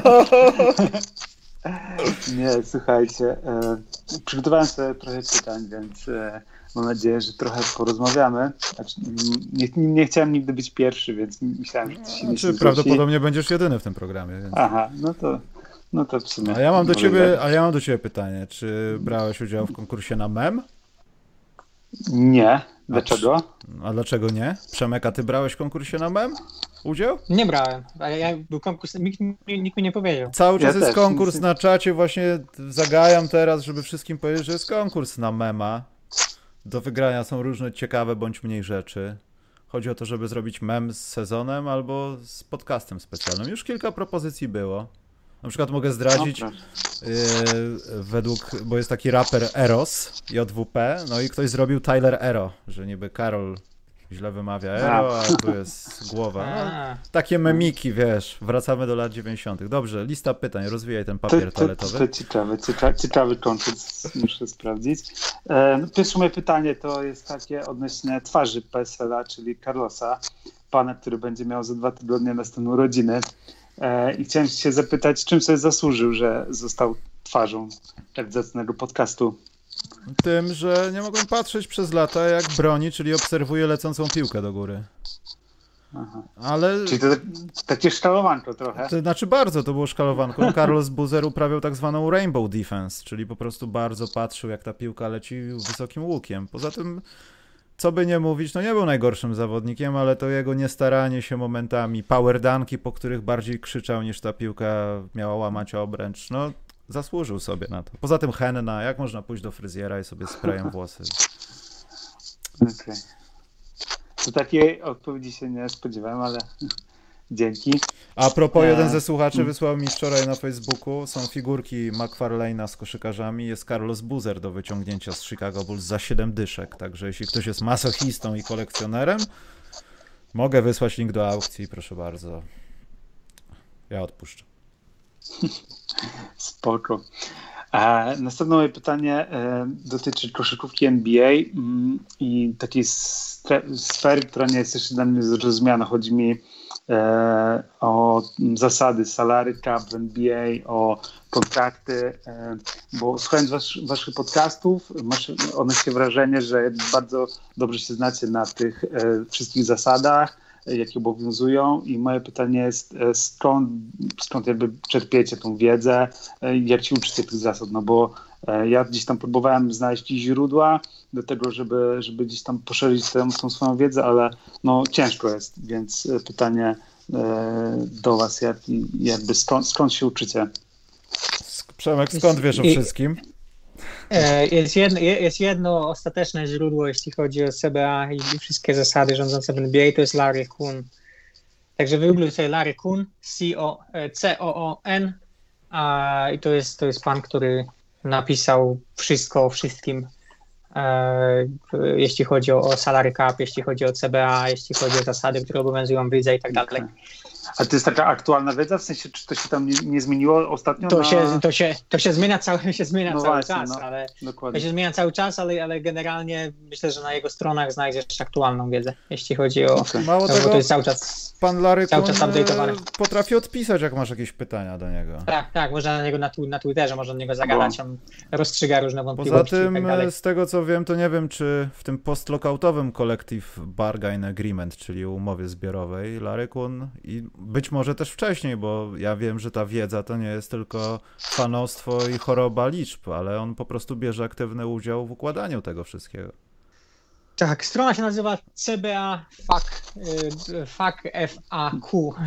Nie, słuchajcie, przygotowałem sobie trochę pytań, więc mam nadzieję, że trochę porozmawiamy. Znaczy, nie chciałem nigdy być pierwszy, więc myślałem, że to się nie prawdopodobnie będziesz jedyny w tym programie. Więc... Aha, no to w sumie. A ja mam do ciebie pytanie. Czy brałeś udział w konkursie na mem? Nie. Dlaczego? A dlaczego nie? Przemek, a ty brałeś w konkursie na mem udział? Nie brałem, ale ja był konkurs, nikt mi nie powiedział. Cały czas jest konkurs na czacie, właśnie zagajam teraz, żeby wszystkim powiedzieć, że jest konkurs na mema. Do wygrania są różne ciekawe bądź mniej rzeczy. Chodzi o to, żeby zrobić mem z sezonem albo z podcastem specjalnym. Już kilka propozycji było. Na przykład mogę zdradzić, bo jest taki raper Eros, JWP, no i ktoś zrobił Tyler Ero, że niby Karol źle wymawia Ero, a tu jest głowa. No, takie memiki, wiesz, wracamy do lat 90. Dobrze, lista pytań, rozwijaj ten papier toaletowy. To ciekawy konkurs, muszę sprawdzić. Pierwsze moje pytanie to jest takie odnośnie twarzy PSL-a, czyli Carlosa, pana, który będzie miał za 2 tygodnie następną urodziny. I chciałem się zapytać, czym sobie zasłużył, że został twarzą tak zacnego podcastu? Tym, że nie mogłem patrzeć przez lata, jak broni, czyli obserwuję lecącą piłkę do góry. Aha. Ale... Czyli to takie szkalowanko trochę. To znaczy bardzo to było szkalowanko. Carlos Boozer uprawiał tak zwaną rainbow defense, czyli po prostu bardzo patrzył, jak ta piłka leci wysokim łukiem. Poza tym, co by nie mówić, no nie był najgorszym zawodnikiem, ale to jego niestaranie się momentami, power dunki, po których bardziej krzyczał niż ta piłka miała łamać obręcz, no zasłużył sobie na to. Poza tym henna, jak można pójść do fryzjera i sobie sprayem włosy? Okej. To takiej odpowiedzi się nie spodziewałem, ale dzięki. A propos, jeden ze słuchaczy wysłał mi wczoraj na Facebooku, są figurki McFarlane'a z koszykarzami, jest Carlos Boozer do wyciągnięcia z Chicago Bulls za 7 dyszek, także jeśli ktoś jest masochistą i kolekcjonerem, mogę wysłać link do aukcji, proszę bardzo. Ja odpuszczę. Spoko. Następne moje pytanie dotyczy koszykówki NBA i takiej sfery, która nie jest jeszcze dla mnie zrozumiana. Chodzi mi o zasady salary cap w NBA, o kontrakty, bo słuchając waszych podcastów, odnoszę wrażenie, że bardzo dobrze się znacie na tych wszystkich zasadach, jakie obowiązują, i moje pytanie jest, skąd jakby czerpiecie tą wiedzę, jak się uczycie tych zasad, no bo ja gdzieś tam próbowałem znaleźć źródła do tego, żeby gdzieś tam poszerzyć tą swoją wiedzę, ale no ciężko jest, więc pytanie do was, jakby skąd się uczycie? Przemek, skąd wiesz o wszystkim? Jest jedno ostateczne źródło, jeśli chodzi o CBA i wszystkie zasady rządzące w NBA, to jest Larry Coon. Także wygoogluj sobie Larry Coon, C-O-O-N, i to jest pan, który napisał wszystko o wszystkim, jeśli chodzi o salary cap, jeśli chodzi o CBA, jeśli chodzi o zasady, które obowiązują w lidze i tak dalej. A to jest taka aktualna wiedza? W sensie, czy to się tam nie zmieniło ostatnio? To się zmienia cały czas, ale generalnie myślę, że na jego stronach znajdziesz aktualną wiedzę, jeśli chodzi o... Mało tego, to jest cały czas pan Larry cały czas update'owane. Potrafi odpisać, jak masz jakieś pytania do niego. Tak, można na niego na Twitterze, można do niego zagadać, on rozstrzyga różne wątpliwości. Poza tym, i tak dalej. z tego co wiem, to nie wiem, czy w tym post-lockoutowym Collective Bargain Agreement, czyli umowie zbiorowej, Larry Coon i być może też wcześniej, bo ja wiem, że ta wiedza to nie jest tylko fanostwo i choroba liczb, ale on po prostu bierze aktywny udział w układaniu tego wszystkiego. Tak, strona się nazywa cbafaq.com.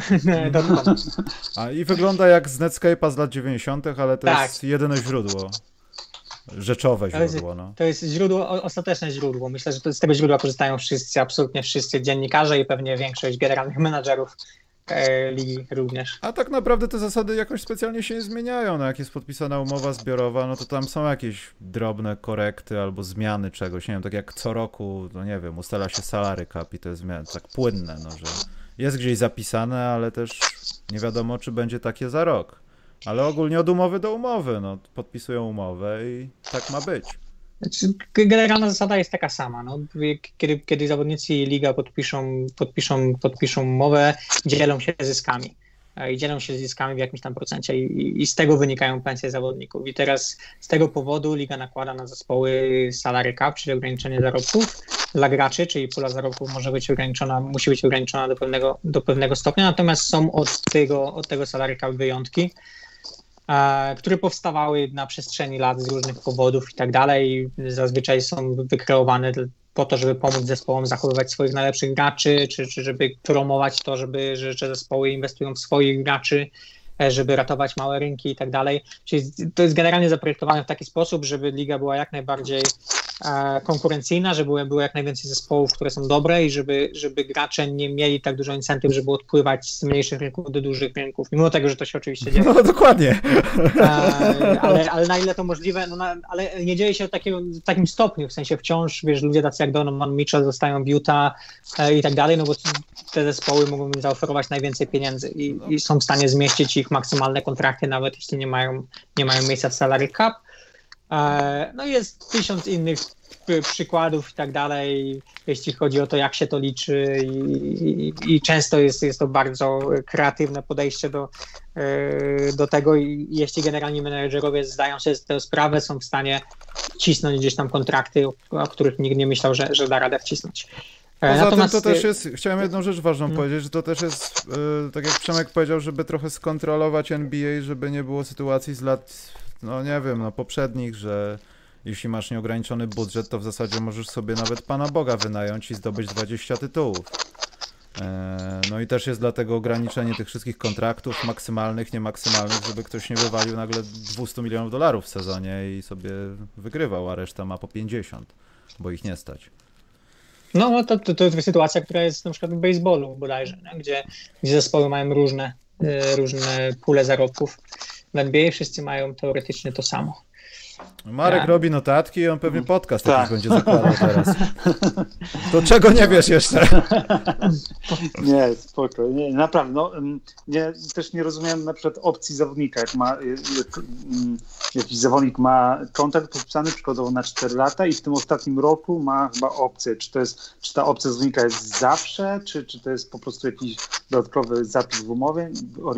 I wygląda jak z Netscape'a z lat 90., ale to jest jedyne źródło. Rzeczowe źródło. To jest ostateczne źródło. Myślę, że z tego źródła korzystają wszyscy, absolutnie wszyscy dziennikarze i pewnie większość generalnych menadżerów ligi również. A tak naprawdę te zasady jakoś specjalnie się nie zmieniają. No jak jest podpisana umowa zbiorowa, no to tam są jakieś drobne korekty albo zmiany czegoś. Nie wiem, tak jak co roku, no nie wiem, ustala się salary cap i to jest tak płynne, no że jest gdzieś zapisane, ale też nie wiadomo, czy będzie takie za rok. Ale ogólnie od umowy do umowy, no podpisują umowę i tak ma być. Generalna zasada jest taka sama. No. Kiedy zawodnicy i liga podpiszą umowę, dzielą się zyskami. I dzielą się zyskami w jakimś tam procencie i z tego wynikają pensje zawodników. I teraz z tego powodu liga nakłada na zespoły salary cap, czyli ograniczenie zarobków dla graczy, czyli pula zarobków musi być ograniczona do pewnego stopnia, natomiast są od tego salary cap wyjątki, które powstawały na przestrzeni lat z różnych powodów i tak dalej. Zazwyczaj są wykreowane po to, żeby pomóc zespołom zachowywać swoich najlepszych graczy, czy żeby promować to, że zespoły inwestują w swoich graczy, żeby ratować małe rynki i tak dalej. Czyli to jest generalnie zaprojektowane w taki sposób, żeby liga była jak najbardziej konkurencyjna, żeby było jak najwięcej zespołów, które są dobre i żeby gracze nie mieli tak dużo incentyw, żeby odpływać z mniejszych rynków do dużych rynków, mimo tego, że to się oczywiście dzieje. No dokładnie. Ale na ile to możliwe, ale nie dzieje się w takim stopniu, w sensie wciąż, wiesz, ludzie tacy jak Donovan Mitchell zostają w Utah i tak dalej, no bo te zespoły mogą im zaoferować najwięcej pieniędzy i są w stanie zmieścić ich maksymalne kontrakty, nawet jeśli nie mają miejsca w salary cap. No i jest 1000 innych przykładów i tak dalej, jeśli chodzi o to, jak się to liczy i często jest to bardzo kreatywne podejście do tego i jeśli generalni menedżerowie zdają sobie z tego sprawę, są w stanie cisnąć gdzieś tam kontrakty, o których nikt nie myślał, że da radę wcisnąć. Poza tym to też jest, chciałem jedną rzecz ważną powiedzieć, że to też jest, tak jak Przemek powiedział, żeby trochę skontrolować NBA, żeby nie było sytuacji z lat, no nie wiem, no poprzednich, że jeśli masz nieograniczony budżet, to w zasadzie możesz sobie nawet Pana Boga wynająć i zdobyć 20 tytułów. No i też jest dlatego ograniczenie tych wszystkich kontraktów maksymalnych, niemaksymalnych, żeby ktoś nie wywalił nagle $200 milionów w sezonie i sobie wygrywał, a reszta ma po 50, bo ich nie stać. No to jest sytuacja, która jest na przykład w baseballu bodajże, gdzie zespoły mają różne pule zarobków. W NBA wszyscy mają teoretycznie to samo. Marek robi notatki i on pewnie podcast jakiś będzie zakładał teraz. To czego nie wiesz jeszcze? Nie, spoko. Nie, naprawdę. No, też nie rozumiem na przykład opcji zawodnika. Jak jakiś zawodnik ma kontrakt podpisany przykładowo na 4 lata i w tym ostatnim roku ma chyba opcję. Czy ta opcja zawodnika jest zawsze, czy to jest po prostu jakiś dodatkowy zapis w umowie?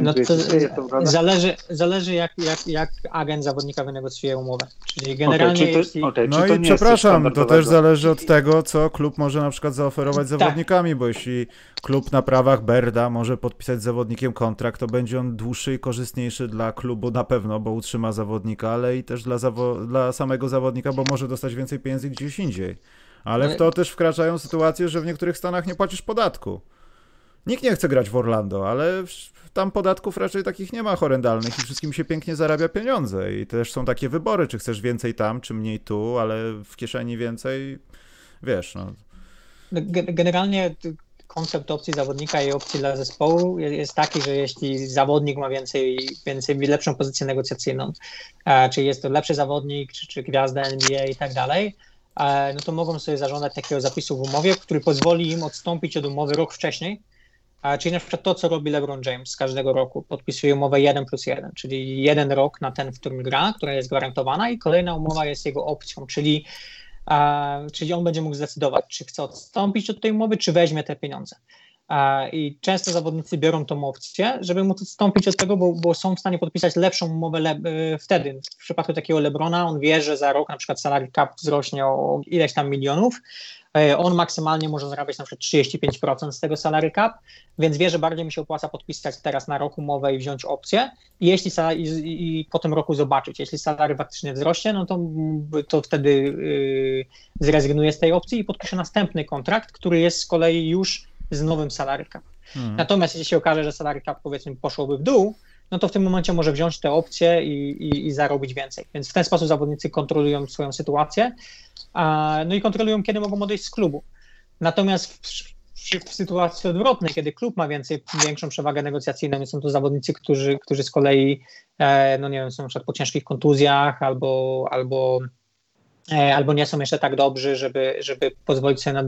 Zależy jak agent zawodnika wynegocjuje umowę. Czyli generalnie No i przepraszam, to też zależy od tego, co klub może na przykład zaoferować zawodnikami, bo jeśli klub na prawach Berda może podpisać z zawodnikiem kontrakt, to będzie on dłuższy i korzystniejszy dla klubu na pewno, bo utrzyma zawodnika, ale i też dla samego zawodnika, bo może dostać więcej pieniędzy gdzieś indziej. Ale w to też wkraczają sytuacje, że w niektórych stanach nie płacisz podatku. Nikt nie chce grać w Orlando, ale tam podatków raczej takich nie ma horrendalnych i wszystkim się pięknie zarabia pieniądze i też są takie wybory, czy chcesz więcej tam, czy mniej tu, ale w kieszeni więcej, wiesz, no. Generalnie koncept opcji zawodnika i opcji dla zespołu jest taki, że jeśli zawodnik ma lepszą pozycję negocjacyjną, czy jest to lepszy zawodnik, czy gwiazda NBA i tak dalej, no to mogą sobie zażądać takiego zapisu w umowie, który pozwoli im odstąpić od umowy rok wcześniej. Czyli na przykład to, co robi LeBron James każdego roku. Podpisuje umowę 1+1, czyli 1 rok na ten, w którym gra, która jest gwarantowana i kolejna umowa jest jego opcją, czyli on będzie mógł zdecydować, czy chce odstąpić od tej umowy, czy weźmie te pieniądze. I często zawodnicy biorą tą opcję, żeby móc odstąpić od tego, bo są w stanie podpisać lepszą umowę wtedy. W przypadku takiego LeBrona on wie, że za rok na przykład salary cap wzrośnie o ileś tam milionów. On maksymalnie może zarabiać na przykład 35% z tego salary cap, więc wie, że bardziej mi się opłaca podpisać teraz na rok umowę i wziąć opcję i po tym roku zobaczyć. Jeśli salary faktycznie wzrośnie, no to wtedy zrezygnuje z tej opcji i podpisze następny kontrakt, który jest z kolei już z nowym salary cap. Natomiast jeśli się okaże, że salary cap powiedzmy poszłoby w dół, no to w tym momencie może wziąć te opcje i zarobić więcej. Więc w ten sposób zawodnicy kontrolują swoją sytuację, no i kontrolują, kiedy mogą odejść z klubu. Natomiast w w sytuacji odwrotnej, kiedy klub ma większą przewagę negocjacyjną, są to zawodnicy, którzy z kolei, no nie wiem, są na przykład po ciężkich kontuzjach albo nie są jeszcze tak dobrzy, żeby pozwolić sobie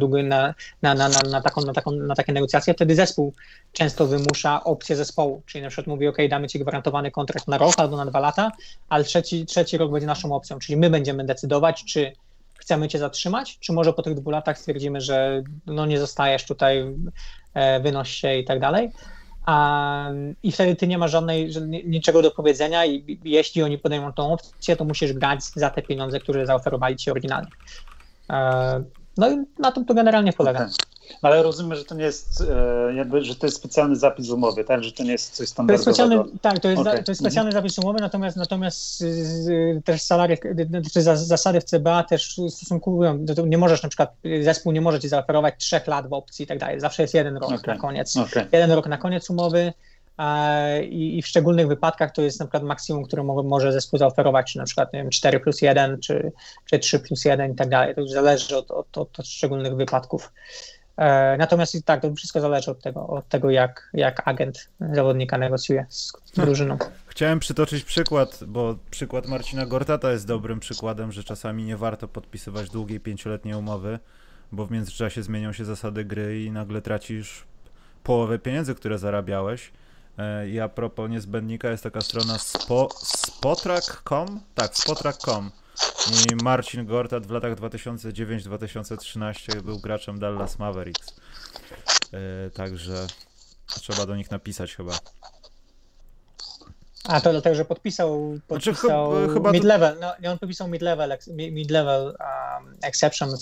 na takie negocjacje. Wtedy zespół często wymusza opcję zespołu, czyli na przykład mówi, ok, damy ci gwarantowany kontrakt na rok albo na 2 lata, ale trzeci rok będzie naszą opcją, czyli my będziemy decydować, czy chcemy cię zatrzymać, czy może po tych 2 latach stwierdzimy, że no nie zostajesz tutaj, wynoś się i tak dalej. I wtedy ty nie masz niczego do powiedzenia i jeśli oni podejmą tą opcję, to musisz grać za te pieniądze, które zaoferowali ci oryginalnie. No i na tym to generalnie polega. Okay. Ale rozumiem, że to nie jest że to jest specjalny zapis umowy, tak? Że to nie jest coś standardowego. To jest specjalny zapis umowy, natomiast też zasady w CBA też stosunkują, nie możesz na przykład, zespół nie może ci zaoferować 3 lat w opcji i tak dalej. Zawsze jest 1 rok na koniec. 1 rok na koniec umowy i w szczególnych wypadkach to jest na przykład maksimum, które może zespół zaoferować, czy na przykład nie wiem, 4+1 czy 3+1 i tak dalej. To już zależy od szczególnych wypadków. Natomiast i tak, to wszystko zależy od tego jak agent zawodnika negocjuje z drużyną. Chciałem przytoczyć przykład, bo przykład Marcina Gortata jest dobrym przykładem, że czasami nie warto podpisywać długiej 5-letniej umowy, bo w międzyczasie zmienią się zasady gry i nagle tracisz połowę pieniędzy, które zarabiałeś. I a propos niezbędnika jest taka strona spotrack.com? Tak, spotrack.com. I Marcin Gortat w latach 2009-2013 był graczem Dallas Mavericks. Także trzeba do nich napisać chyba. A to dlatego, że podpisał chyba mid-level. No, on podpisał mid-level exception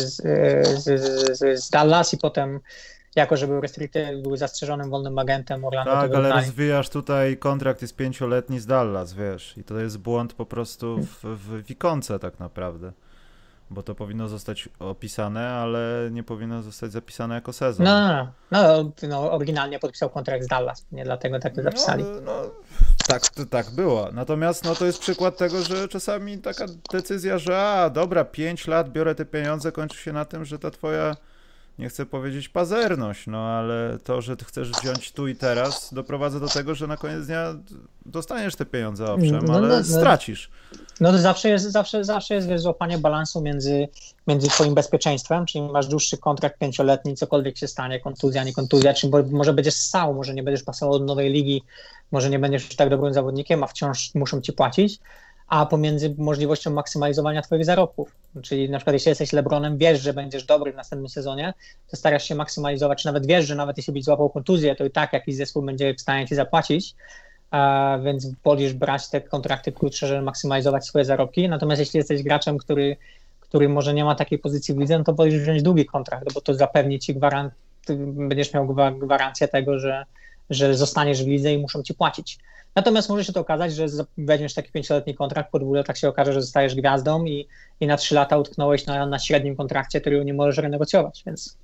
z Dallas i potem jako, że był restricted, był zastrzeżonym wolnym agentem Orlando. Tak, ale rozwijasz tutaj, kontrakt jest 5-letni z Dallas, wiesz, i to jest błąd po prostu w ikonce tak naprawdę, bo to powinno zostać opisane, ale nie powinno zostać zapisane jako sezon. No, oryginalnie podpisał kontrakt z Dallas, nie dlatego tak to zapisali. Tak było, natomiast to jest przykład tego, że czasami taka decyzja, że dobra, 5 lat biorę te pieniądze, kończy się na tym, że ta twoja, nie chcę powiedzieć pazerność, ale to, że ty chcesz wziąć tu i teraz, doprowadza do tego, że na koniec dnia dostaniesz te pieniądze, owszem, ale stracisz. No to zawsze jest wiesz, złapanie balansu między twoim bezpieczeństwem, czyli masz dłuższy kontrakt 5-letni, cokolwiek się stanie, kontuzja, nie kontuzja, czy może będziesz ssał, może nie będziesz pasował do nowej ligi, może nie będziesz już tak dobrym zawodnikiem, a wciąż muszą ci płacić, a pomiędzy możliwością maksymalizowania twoich zarobków. Czyli na przykład jeśli jesteś LeBronem, wiesz, że będziesz dobry w następnym sezonie, to starasz się maksymalizować, czy nawet wiesz, że nawet jeśli byś złapał kontuzję, to i tak jakiś zespół będzie w stanie ci zapłacić, więc wolisz brać te kontrakty krótsze, żeby maksymalizować swoje zarobki. Natomiast jeśli jesteś graczem, który może nie ma takiej pozycji w lidze, no to wolisz wziąć długi kontrakt, bo to zapewni ci będziesz miał gwarancję tego, że zostaniesz w lidze i muszą ci płacić. Natomiast może się to okazać, że weźmiesz taki 5-letni kontrakt, po 2 latach się okaże, że zostajesz gwiazdą i na 3 lata utknąłeś na średnim kontrakcie, który nie możesz renegocjować, więc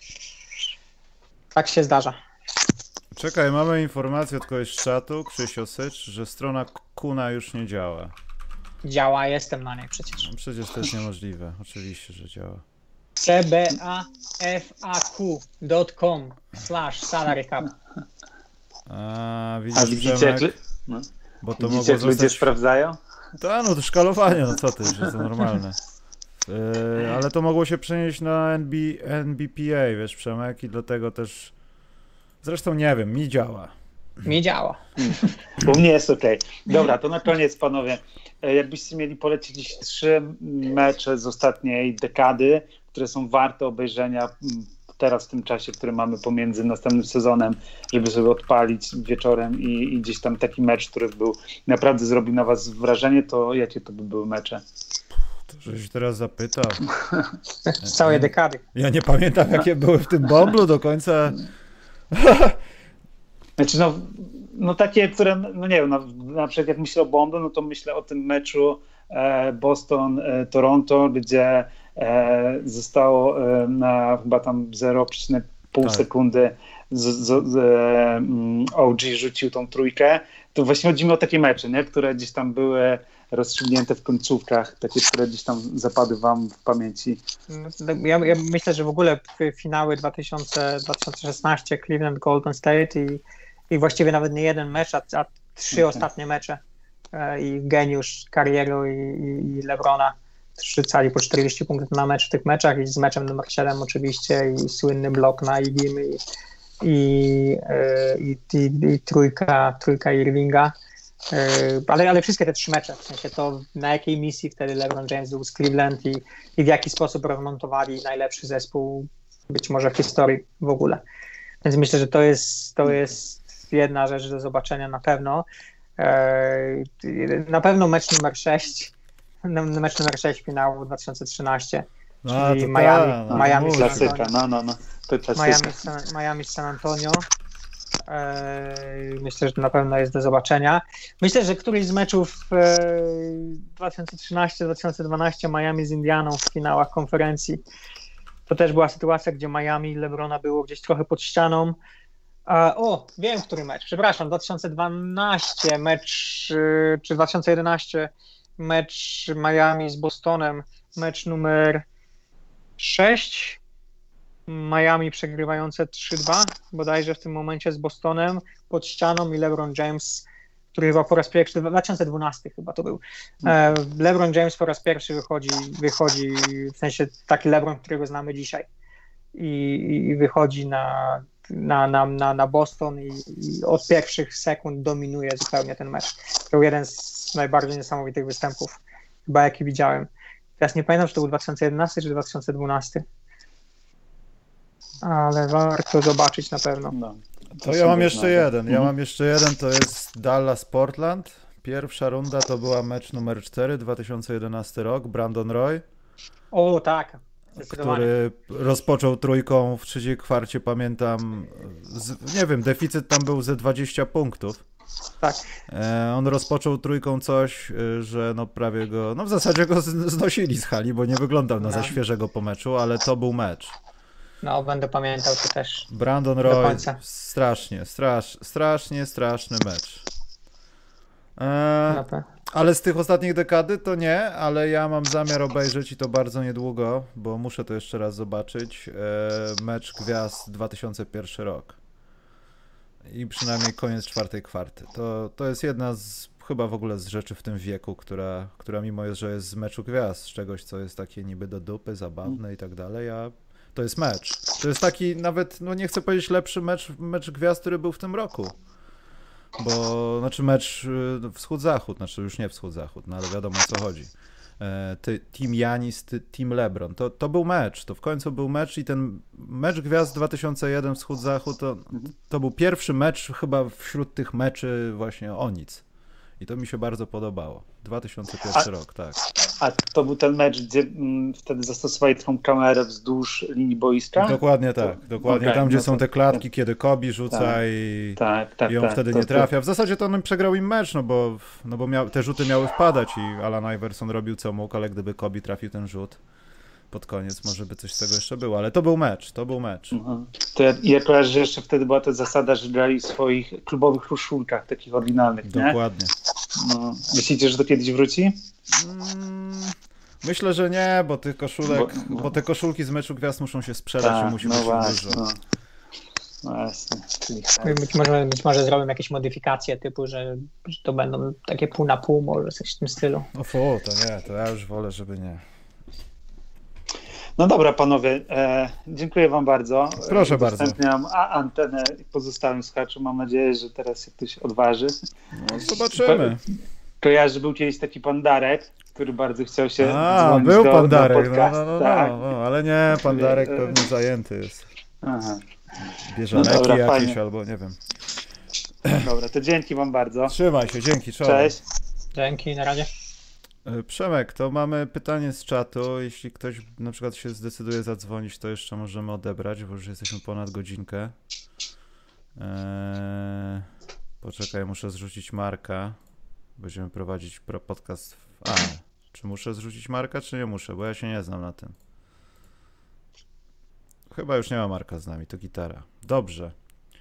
tak się zdarza. Czekaj, mamy informację od kogoś z czatu, Krzysio Sycz, że strona Kuna już nie działa. Działa, jestem na niej przecież. No przecież to jest niemożliwe, oczywiście, że działa. cbafaq.com/salary cap. Widzicie, bo to widzicie, jak ludzie sprawdzają? To szkalowanie, co ty, że to normalne. Ale to mogło się przenieść na NBPA, wiesz, Przemek, i dlatego też, zresztą nie wiem, mi działa. Mi działa. U mnie jest okej. Dobra, to na koniec, panowie, jakbyście mieli polecić 3 mecze z ostatniej dekady, które są warte obejrzenia teraz w tym czasie, który mamy pomiędzy następnym sezonem, żeby sobie odpalić wieczorem i gdzieś tam taki mecz, który był naprawdę zrobił na was wrażenie, to jakie to by były mecze? To żeś teraz zapytał. Z całej dekady. Ja nie pamiętam, jakie były w tym bąblu do końca. Znaczy no takie, które, no nie wiem, na przykład jak myślę o Bąblu, no to myślę o tym meczu Boston-Toronto, gdzie zostało na chyba tam 0,5 sekundy OG rzucił tą trójkę. To właśnie chodzi mi o takie mecze, nie? Które gdzieś tam były rozstrzygnięte w końcówkach, takie, które gdzieś tam zapadły wam w pamięci. Ja myślę, że w ogóle finały 2016 Cleveland Golden State i właściwie nawet nie jeden mecz, a trzy ostatnie mecze i geniusz Carriero i LeBrona rzucali po 40 punktów na mecz w tych meczach i z meczem numer 7 oczywiście i słynny blok na Igim i trójka Irvinga. Ale wszystkie te trzy mecze, w sensie to na jakiej misji wtedy LeBron James był z Cleveland i w jaki sposób rozmontowali najlepszy zespół być może w historii w ogóle. Więc myślę, że to jest jedna rzecz do zobaczenia na pewno. Na pewno mecz numer 6 finału 2013, czyli Miami klasyka, to klasyka. Miami z San Antonio. Myślę, że to na pewno jest do zobaczenia. Myślę, że któryś z meczów 2013-2012 Miami z Indianą w finałach konferencji, to też była sytuacja, gdzie Miami LeBrona było gdzieś trochę pod ścianą. Wiem, który mecz. Przepraszam, 2012 mecz, czy 2011 mecz Miami z Bostonem, mecz numer 6. Miami przegrywające 3-2 bodajże w tym momencie z Bostonem pod ścianą i LeBron James, który chyba po raz pierwszy, 2012 chyba to był, LeBron James po raz pierwszy wychodzi w sensie taki LeBron, którego znamy dzisiaj i wychodzi na Boston i od pierwszych sekund dominuje zupełnie ten mecz. To był jeden z najbardziej niesamowitych występów chyba jaki widziałem. Teraz nie pamiętam, czy to był 2011 czy 2012. Ale warto zobaczyć na pewno. To ja mam jeszcze jeden. To jest Dallas Portland. Pierwsza runda to była mecz numer 4, 2011 rok, Brandon Roy. O tak, który rozpoczął trójką w trzeciej kwarcie, pamiętam, nie wiem, deficyt tam był ze 20 punktów. Tak. On rozpoczął trójką coś, że no prawie go, no w zasadzie go znosili z hali, bo nie wyglądał na za świeżego po meczu, ale to był mecz. No, będę pamiętał to też. Brandon Roy, straszny mecz. Ale z tych ostatnich dekady to nie, ale ja mam zamiar obejrzeć i to bardzo niedługo, bo muszę to jeszcze raz zobaczyć. Mecz Gwiazd 2001 rok. I przynajmniej koniec czwartej kwarty. To jest jedna z chyba w ogóle z rzeczy w tym wieku, która mimo, że jest z meczu Gwiazd, z czegoś, co jest takie niby do dupy, zabawne i tak dalej, a to jest mecz. To jest taki nawet, no nie chcę powiedzieć lepszy mecz Gwiazd, który był w tym roku. Bo, znaczy mecz wschód-zachód, znaczy już nie wschód-zachód, no ale wiadomo o co chodzi. Team Giannis, Team LeBron. To był mecz, to w końcu był mecz i ten mecz Gwiazd 2001 wschód-zachód to był pierwszy mecz chyba wśród tych meczy właśnie o nic. I to mi się bardzo podobało. 2001 rok, tak. A to był ten mecz, gdzie wtedy zastosowali tą kamerę wzdłuż linii boiska? Dokładnie tak. Dokładnie okay, tam, gdzie są te klatki, kiedy Kobe rzuca i on wtedy nie trafia. W zasadzie to on przegrał im mecz, no bo te rzuty miały wpadać i Alan Iverson robił co mógł, ale gdyby Kobe trafił ten rzut pod koniec, może by coś z tego jeszcze było, ale to był mecz. To ja kojarzę, że jeszcze wtedy była ta zasada, że grali w swoich klubowych koszulkach, takich oryginalnych, nie? Dokładnie. No, myślicie, że to kiedyś wróci? Myślę, że nie, bo tych koszulek, bo te koszulki z meczu Gwiazd muszą się sprzedać i musi być dużo. No jasne. Być może zrobią jakieś modyfikacje typu, że to będą takie pół na pół, może coś w tym stylu. To ja już wolę, żeby nie. No dobra, panowie, dziękuję wam bardzo. Proszę bardzo. Udostępniam antenę pozostałym słuchaczom. Mam nadzieję, że teraz się ktoś odważy. No, zobaczymy. Kojarzę, że był kiedyś taki pan Darek, który bardzo chciał się dzwonić był pan do Darek, podcastu. No, ale nie, pan Darek pewnie zajęty jest. Aha. Bierze leki jakieś fajnie. Albo nie wiem. Dobra, to dzięki wam bardzo. Trzymaj się, dzięki, czołem. Cześć. Dzięki, na razie. Przemek, to mamy pytanie z czatu. Jeśli ktoś na przykład się zdecyduje zadzwonić, to jeszcze możemy odebrać, bo już jesteśmy ponad godzinkę. Poczekaj, muszę zrzucić Marka. Będziemy prowadzić podcast. Czy muszę zrzucić Marka, czy nie muszę? Bo ja się nie znam na tym. Chyba już nie ma Marka z nami, to gitara. Dobrze.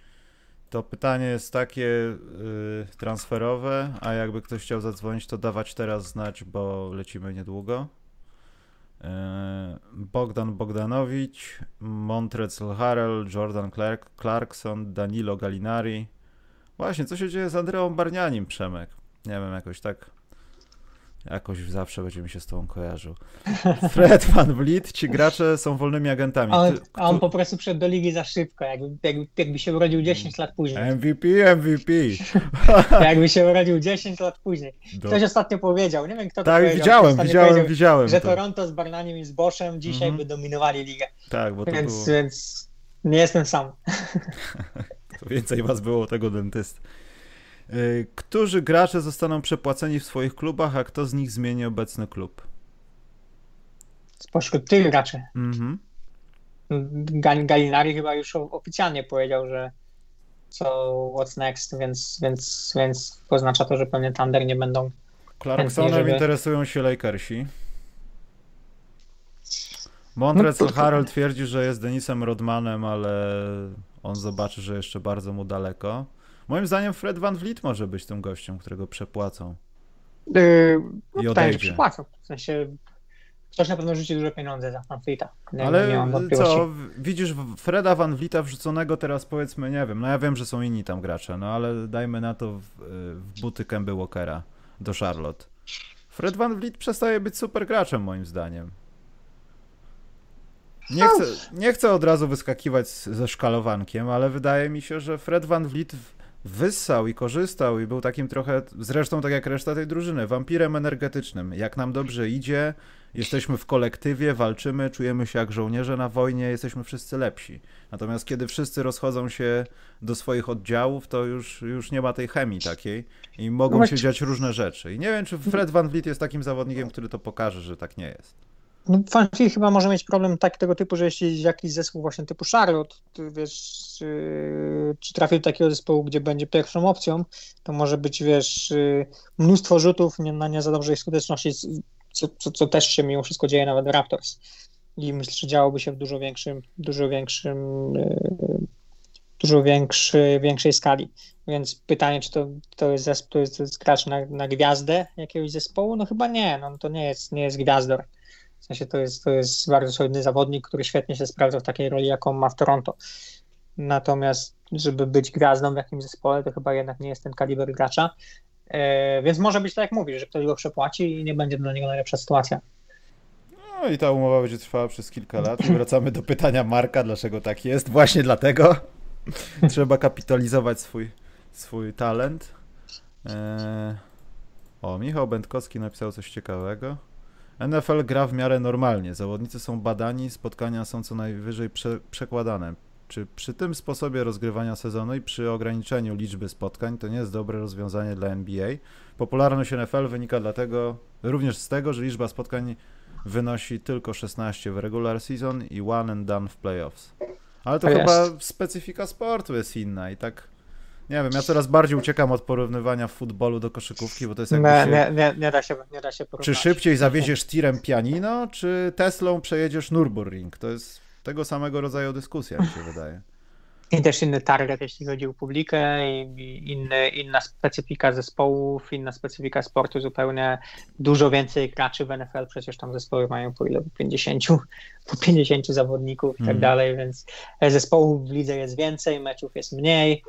To pytanie jest takie transferowe, a jakby ktoś chciał zadzwonić, to dawać teraz znać, bo lecimy niedługo. Bogdan Bogdanowicz, Montrezl Harrell, Jordan Clarkson, Danilo Gallinari. Właśnie, co się dzieje z Andreą Bargnanim, Przemek? Nie wiem, jakoś zawsze będzie mi się z tobą kojarzył. Fred VanVleet, ci gracze są wolnymi agentami. A on po prostu wszedł do ligi za szybko, jakby się urodził 10 lat później. MVP. Jakby się urodził 10 lat później. Ktoś ostatnio powiedział, nie wiem kto to powiedział. Tak, widziałem. Że Toronto z Bargnaniem i z Boszem dzisiaj by dominowali ligę. Tak, bo to więc było... nie jestem sam. To więcej was było tego dentysty. Którzy gracze zostaną przepłaceni w swoich klubach, a kto z nich zmieni obecny klub? Spośród tych graczy. Gallinari chyba już oficjalnie powiedział, że what's next, więc oznacza to, że pewnie Thunder nie będą. Clarksonem interesują się Lakersi. Montrezl Harrell twierdzi, że jest Dennisem Rodmanem, ale on zobaczy, że jeszcze bardzo mu daleko. Moim zdaniem Fred VanVleet może być tym gościem, którego przepłacą. I odejdzie. Przepłacą. W sensie ktoś na pewno rzuci duże pieniądze za VanVleeta. Ale co, widzisz Freda VanVleeta wrzuconego teraz, powiedzmy, nie wiem, no ja wiem, że są inni tam gracze, no ale dajmy na to w buty Kemby Walkera do Charlotte. Fred VanVleet przestaje być super graczem, moim zdaniem. Nie chcę od razu wyskakiwać ze szkalowankiem, ale wydaje mi się, że Fred VanVleet wyssał i korzystał i był takim trochę, zresztą tak jak reszta tej drużyny, wampirem energetycznym. Jak nam dobrze idzie, jesteśmy w kolektywie, walczymy, czujemy się jak żołnierze na wojnie, jesteśmy wszyscy lepsi. Natomiast kiedy wszyscy rozchodzą się do swoich oddziałów, to już nie ma tej chemii takiej i mogą się dziać różne rzeczy. I nie wiem, czy Fred VanVleet jest takim zawodnikiem, który to pokaże, że tak nie jest. No, VanVleet chyba może mieć problem tego typu, że jeśli jakiś zespół właśnie typu Charlotte, wiesz, czy trafi do takiego zespołu, gdzie będzie pierwszą opcją, to może być, wiesz, mnóstwo rzutów na nie za dobrej skuteczności, co też się mimo wszystko dzieje nawet w Raptors. I myślę, że działoby się w większej skali. Więc pytanie, czy to jest gracz na gwiazdę jakiegoś zespołu? No chyba nie, no to nie jest gwiazdor. W sensie to jest bardzo solidny zawodnik, który świetnie się sprawdza w takiej roli, jaką ma w Toronto. Natomiast, żeby być gwiazdą w jakimś zespole, to chyba jednak nie jest ten kaliber gracza. Więc może być tak, jak mówisz, że ktoś go przepłaci i nie będzie dla niego najlepsza sytuacja. No i ta umowa będzie trwała przez kilka lat. I wracamy do pytania Marka, dlaczego tak jest. Właśnie dlatego trzeba kapitalizować swój talent. Michał Będkowski napisał coś ciekawego. NFL gra w miarę normalnie. Zawodnicy są badani, spotkania są co najwyżej przekładane. Czy przy tym sposobie rozgrywania sezonu i przy ograniczeniu liczby spotkań to nie jest dobre rozwiązanie dla NBA? Popularność NFL wynika dlatego również z tego, że liczba spotkań wynosi tylko 16 w regular season i one and done w playoffs. Ale to chyba specyfika sportu jest inna i tak, nie wiem, ja coraz bardziej uciekam od porównywania futbolu do koszykówki, bo to jest jakby nie da się porównać. Czy szybciej zawieziesz tirem pianino, czy Teslą przejedziesz Nürburgring? To jest tego samego rodzaju dyskusja, mi się wydaje. I też inny target, jeśli chodzi o publikę, i inna specyfika zespołów, inna specyfika sportu, zupełnie dużo więcej graczy w NFL, przecież tam zespoły mają po 50 zawodników i tak dalej, więc zespołów w lidze jest więcej, meczów jest mniej.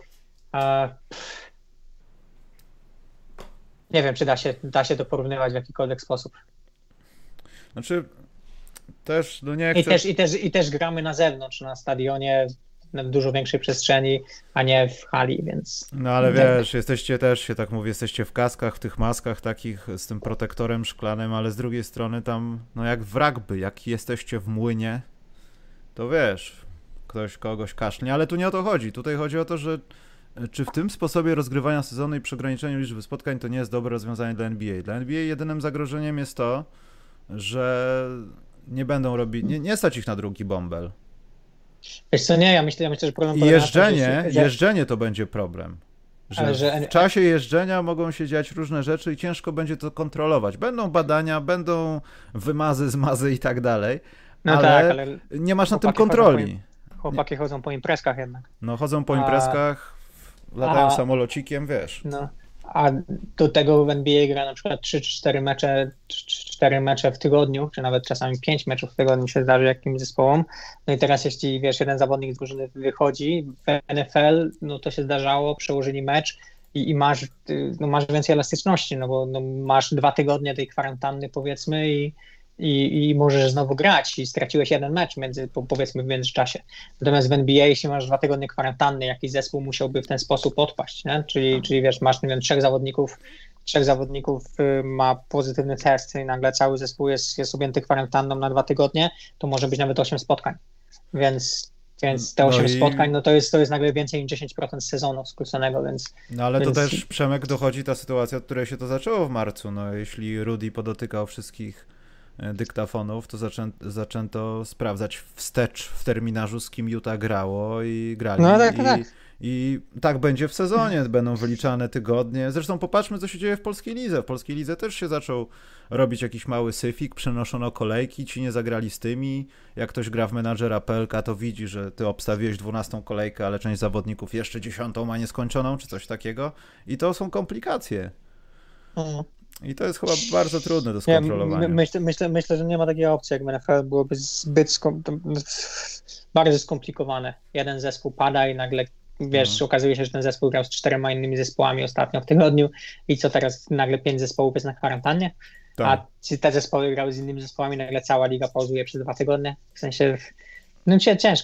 Nie wiem, czy da się to porównywać w jakikolwiek sposób. Znaczy, też, no nie chcę... I też gramy na zewnątrz, na stadionie, na dużo większej przestrzeni, a nie w hali, więc... No ale wiesz, jesteście też, się tak mówi, jesteście w kaskach, w tych maskach takich z tym protektorem szklanym, ale z drugiej strony tam, no jak w rugby, jak jesteście w młynie, to wiesz, ktoś kogoś kaszlnie, ale tu nie o to chodzi. Tutaj chodzi o to, że czy w tym sposobie rozgrywania sezonu i przy ograniczeniu liczby spotkań to nie jest dobre rozwiązanie dla NBA. Dla NBA jedynym zagrożeniem jest to, że nie będą robić, nie stać ich na drugi bąbel. Wiesz co, nie, ja myślę, że problem polega na tym, że jeżdżenie to będzie problem. Że w czasie jeżdżenia mogą się dziać różne rzeczy i ciężko będzie to kontrolować. Będą badania, będą wymazy, zmazy i tak dalej, no ale, tak, ale nie masz na tym kontroli. Chłopaki chodzą po imprezkach jednak. No chodzą po imprezkach latają samolocikiem, wiesz. No, a do tego w NBA gra na przykład 4 mecze w tygodniu, czy nawet czasami 5 meczów w tygodniu się zdarzy jakimś zespołom. No i teraz jeśli, wiesz, jeden zawodnik z drużyny wychodzi w NFL, no to się zdarzało, przełożyli mecz i masz więcej elastyczności, no bo masz 2 tygodnie tej kwarantanny, powiedzmy, i możesz znowu grać i straciłeś jeden mecz powiedzmy w międzyczasie. Natomiast w NBA, jeśli masz 2 tygodnie kwarantanny, jakiś zespół musiałby w ten sposób odpaść, nie? Czyli wiesz, masz, nie wiem, 3 zawodników ma pozytywny test i nagle cały zespół jest objęty kwarantanną na 2 tygodnie, to może być nawet 8 spotkań. Więc te 8 spotkań, no to jest nagle więcej niż 10% sezonu skróconego, więc... No ale to też, Przemek, dochodzi ta sytuacja, od której się to zaczęło w marcu. No jeśli Rudy podotykał wszystkich dyktafonów, to zaczęto sprawdzać wstecz w terminarzu, z kim Utah grało i grali. No tak. I tak będzie w sezonie, będą wyliczane tygodnie. Zresztą popatrzmy, co się dzieje w polskiej lidze. W polskiej lidze też się zaczął robić jakiś mały syfik, przenoszono kolejki, ci nie zagrali z tymi. Jak ktoś gra w menadżera PLK, to widzi, że ty obstawiłeś 12 kolejkę, ale część zawodników jeszcze 10 ma nieskończoną, czy coś takiego. I to są komplikacje. I to jest chyba bardzo trudne do skontrolowania. Myślę, że nie ma takiej opcji, jak w NFL byłoby bardzo skomplikowane. Jeden zespół pada i nagle, wiesz, okazuje się, że ten zespół grał z 4 innymi zespołami ostatnio w tygodniu i co teraz nagle 5 zespołów jest na kwarantannie, a te zespoły grały z innymi zespołami, nagle cała liga pauzuje przez 2 tygodnie. W sensie, no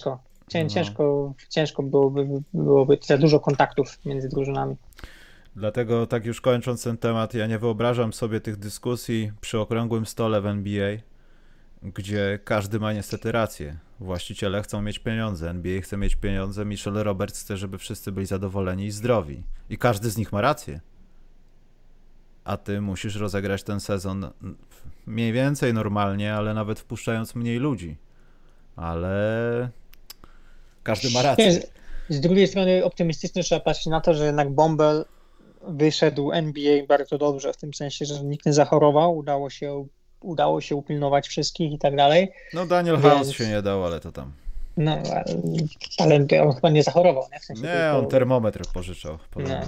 ciężko byłoby za dużo kontaktów między drużynami. Dlatego tak już kończąc ten temat, ja nie wyobrażam sobie tych dyskusji przy okrągłym stole w NBA, gdzie każdy ma niestety rację. Właściciele chcą mieć pieniądze, NBA chce mieć pieniądze, Michel Roberts chce, żeby wszyscy byli zadowoleni i zdrowi. I każdy z nich ma rację. A ty musisz rozegrać ten sezon mniej więcej normalnie, ale nawet wpuszczając mniej ludzi. Ale każdy ma rację. Z drugiej strony optymistycznie trzeba patrzeć na to, że jednak Bumble wyszedł NBA bardzo dobrze, w tym sensie, że nikt nie zachorował, udało się upilnować wszystkich i tak dalej. No Daniel House się nie dał, ale to tam. No, ale on chyba nie zachorował, nie? W sensie nie, on termometr pożyczał. No.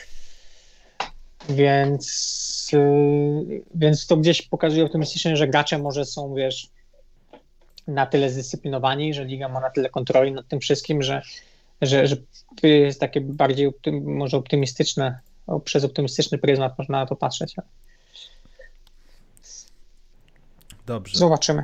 Więc to gdzieś pokazuje optymistycznie, że gracze może są, wiesz, na tyle zdyscyplinowani, że liga ma na tyle kontroli nad tym wszystkim, że jest takie bardziej może optymistyczne, przez optymistyczny pryzmat można na to patrzeć. Dobrze. Zobaczymy.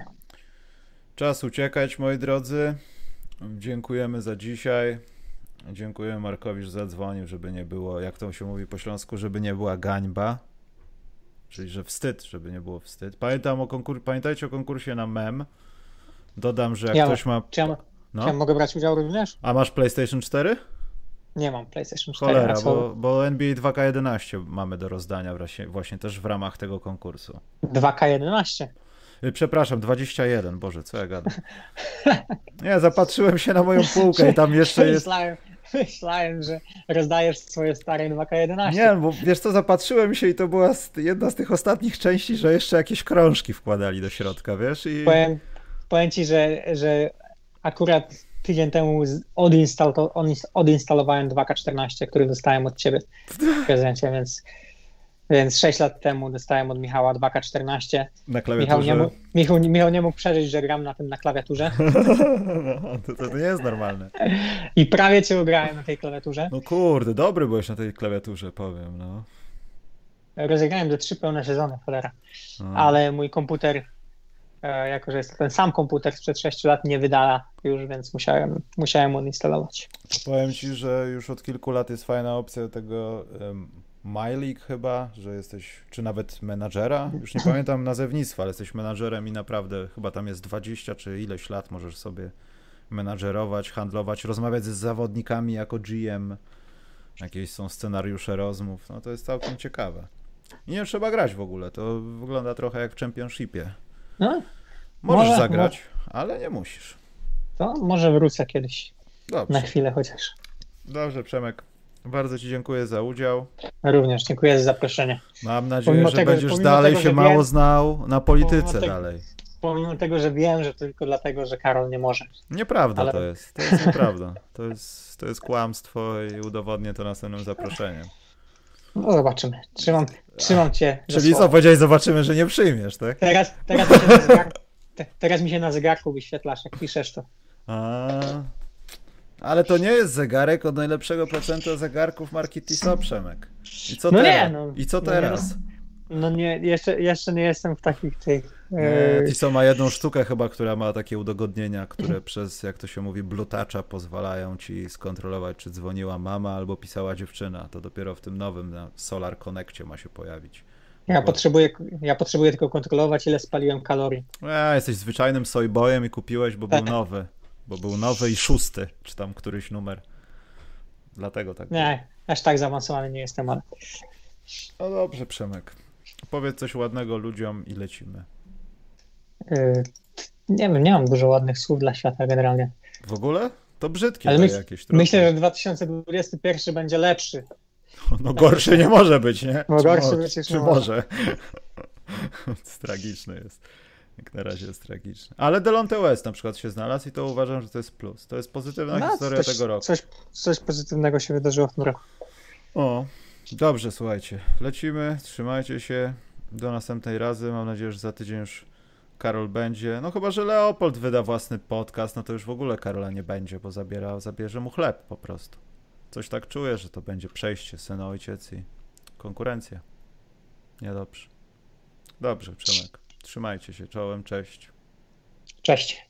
Czas uciekać, moi drodzy. Dziękujemy za dzisiaj. Dziękuję Markowi, że zadzwonił, żeby nie było, jak to się mówi po śląsku, żeby nie była gańba. Czyli, że wstyd, żeby nie było wstyd. Pamiętajcie o konkursie na mem. Dodam, że jak ktoś ma... Czy ja mogę brać udział również? A masz PlayStation 4? Nie mam PlayStation 4. Cholera, bo NBA 2K11 mamy do rozdania właśnie też w ramach tego konkursu. 2K11? Przepraszam, 21, Boże, co ja gadam. Nie, zapatrzyłem się na moją półkę i tam jeszcze jest... Myślałem, że rozdajesz swoje stare 2K11. Nie, bo wiesz co, zapatrzyłem się i to była jedna z tych ostatnich części, że jeszcze jakieś krążki wkładali do środka, wiesz? I... Powiem ci, że akurat tydzień temu odinstalowałem 2K14, który dostałem od ciebie w prezencie, więc 6 lat temu dostałem od Michała 2K14. Na klawiaturze? Michał nie mógł przeżyć, że gram na tym na klawiaturze. No, to nie jest normalne. I prawie cię ugrałem na tej klawiaturze. No kurde, dobry byłeś na tej klawiaturze, powiem, no. Rozegrałem ze 3 pełne sezony, cholera. Ale mój komputer, jako że jest to ten sam komputer sprzed 6 lat, nie wydala już, więc musiałem odinstalować. Powiem ci, że już od kilku lat jest fajna opcja tego MyLeague chyba, że jesteś, czy nawet menadżera, już nie pamiętam nazewnictwa, ale jesteś menadżerem i naprawdę chyba tam jest 20 czy ileś lat możesz sobie menadżerować, handlować, rozmawiać z zawodnikami jako GM, jakieś są scenariusze rozmów, no to jest całkiem ciekawe. I nie trzeba grać w ogóle, to wygląda trochę jak w Championshipie. No, możesz zagrać, ale nie musisz. To może wrócę kiedyś. Dobrze. Na chwilę chociaż. Dobrze, Przemek. Bardzo ci dziękuję za udział. Również dziękuję za zaproszenie. Mam nadzieję, że będziesz dalej się mało znał na polityce dalej. pomimo tego, że wiem, że tylko dlatego, że Karol nie może. Nieprawda Ale- to jest nieprawda. To jest kłamstwo i udowodnię to następnym zaproszeniem. No zobaczymy. Trzymam cię za Czyli słowo. co, powiedziałeś, zobaczymy, że nie przyjmiesz, tak? Teraz mi się na zegarku wyświetlasz, jak piszesz to. Ale to nie jest zegarek od najlepszego procentu zegarków marki Tissot, Przemek. I co No teraz? nie, no. I co No teraz? No nie, jeszcze nie jestem w takich tych... Tissot ma jedną sztukę chyba, która ma takie udogodnienia, które przez, jak to się mówi, Blue Toucha pozwalają ci skontrolować, czy dzwoniła mama albo pisała dziewczyna. To dopiero w tym nowym na Solar Connectie ma się pojawić. Ja potrzebuję tylko kontrolować, ile spaliłem kalorii. Jesteś zwyczajnym soyboyem i kupiłeś, bo był nowy. Bo był nowy i 6, czy tam któryś numer. Dlatego tak było. Nie, aż tak zaawansowany nie jestem, ale... No dobrze, Przemek. Powiedz coś ładnego ludziom i lecimy. Nie wiem, nie mam dużo ładnych słów dla świata generalnie. W ogóle? To brzydkie Ale jakieś trochę. myślę, że 2021 będzie lepszy. No gorszy nie może być, nie? No gorszy być już czy nie może? Tragiczny jest. Jak na razie jest tragiczny. Ale Delonte West na przykład się znalazł i to uważam, że to jest plus. To jest pozytywna historia tego roku. Coś pozytywnego się wydarzyło w tym roku. O, dobrze, słuchajcie. Lecimy, trzymajcie się. Do następnej razy. Mam nadzieję, że za tydzień już Karol będzie. No chyba, że Leopold wyda własny podcast, no to już w ogóle Karola nie będzie, bo zabierze mu chleb po prostu. Coś tak czuję, że to będzie przejście syn-ojciec i konkurencja. Niedobrze. Dobrze, Przemek. Trzymajcie się czołem, cześć. Cześć.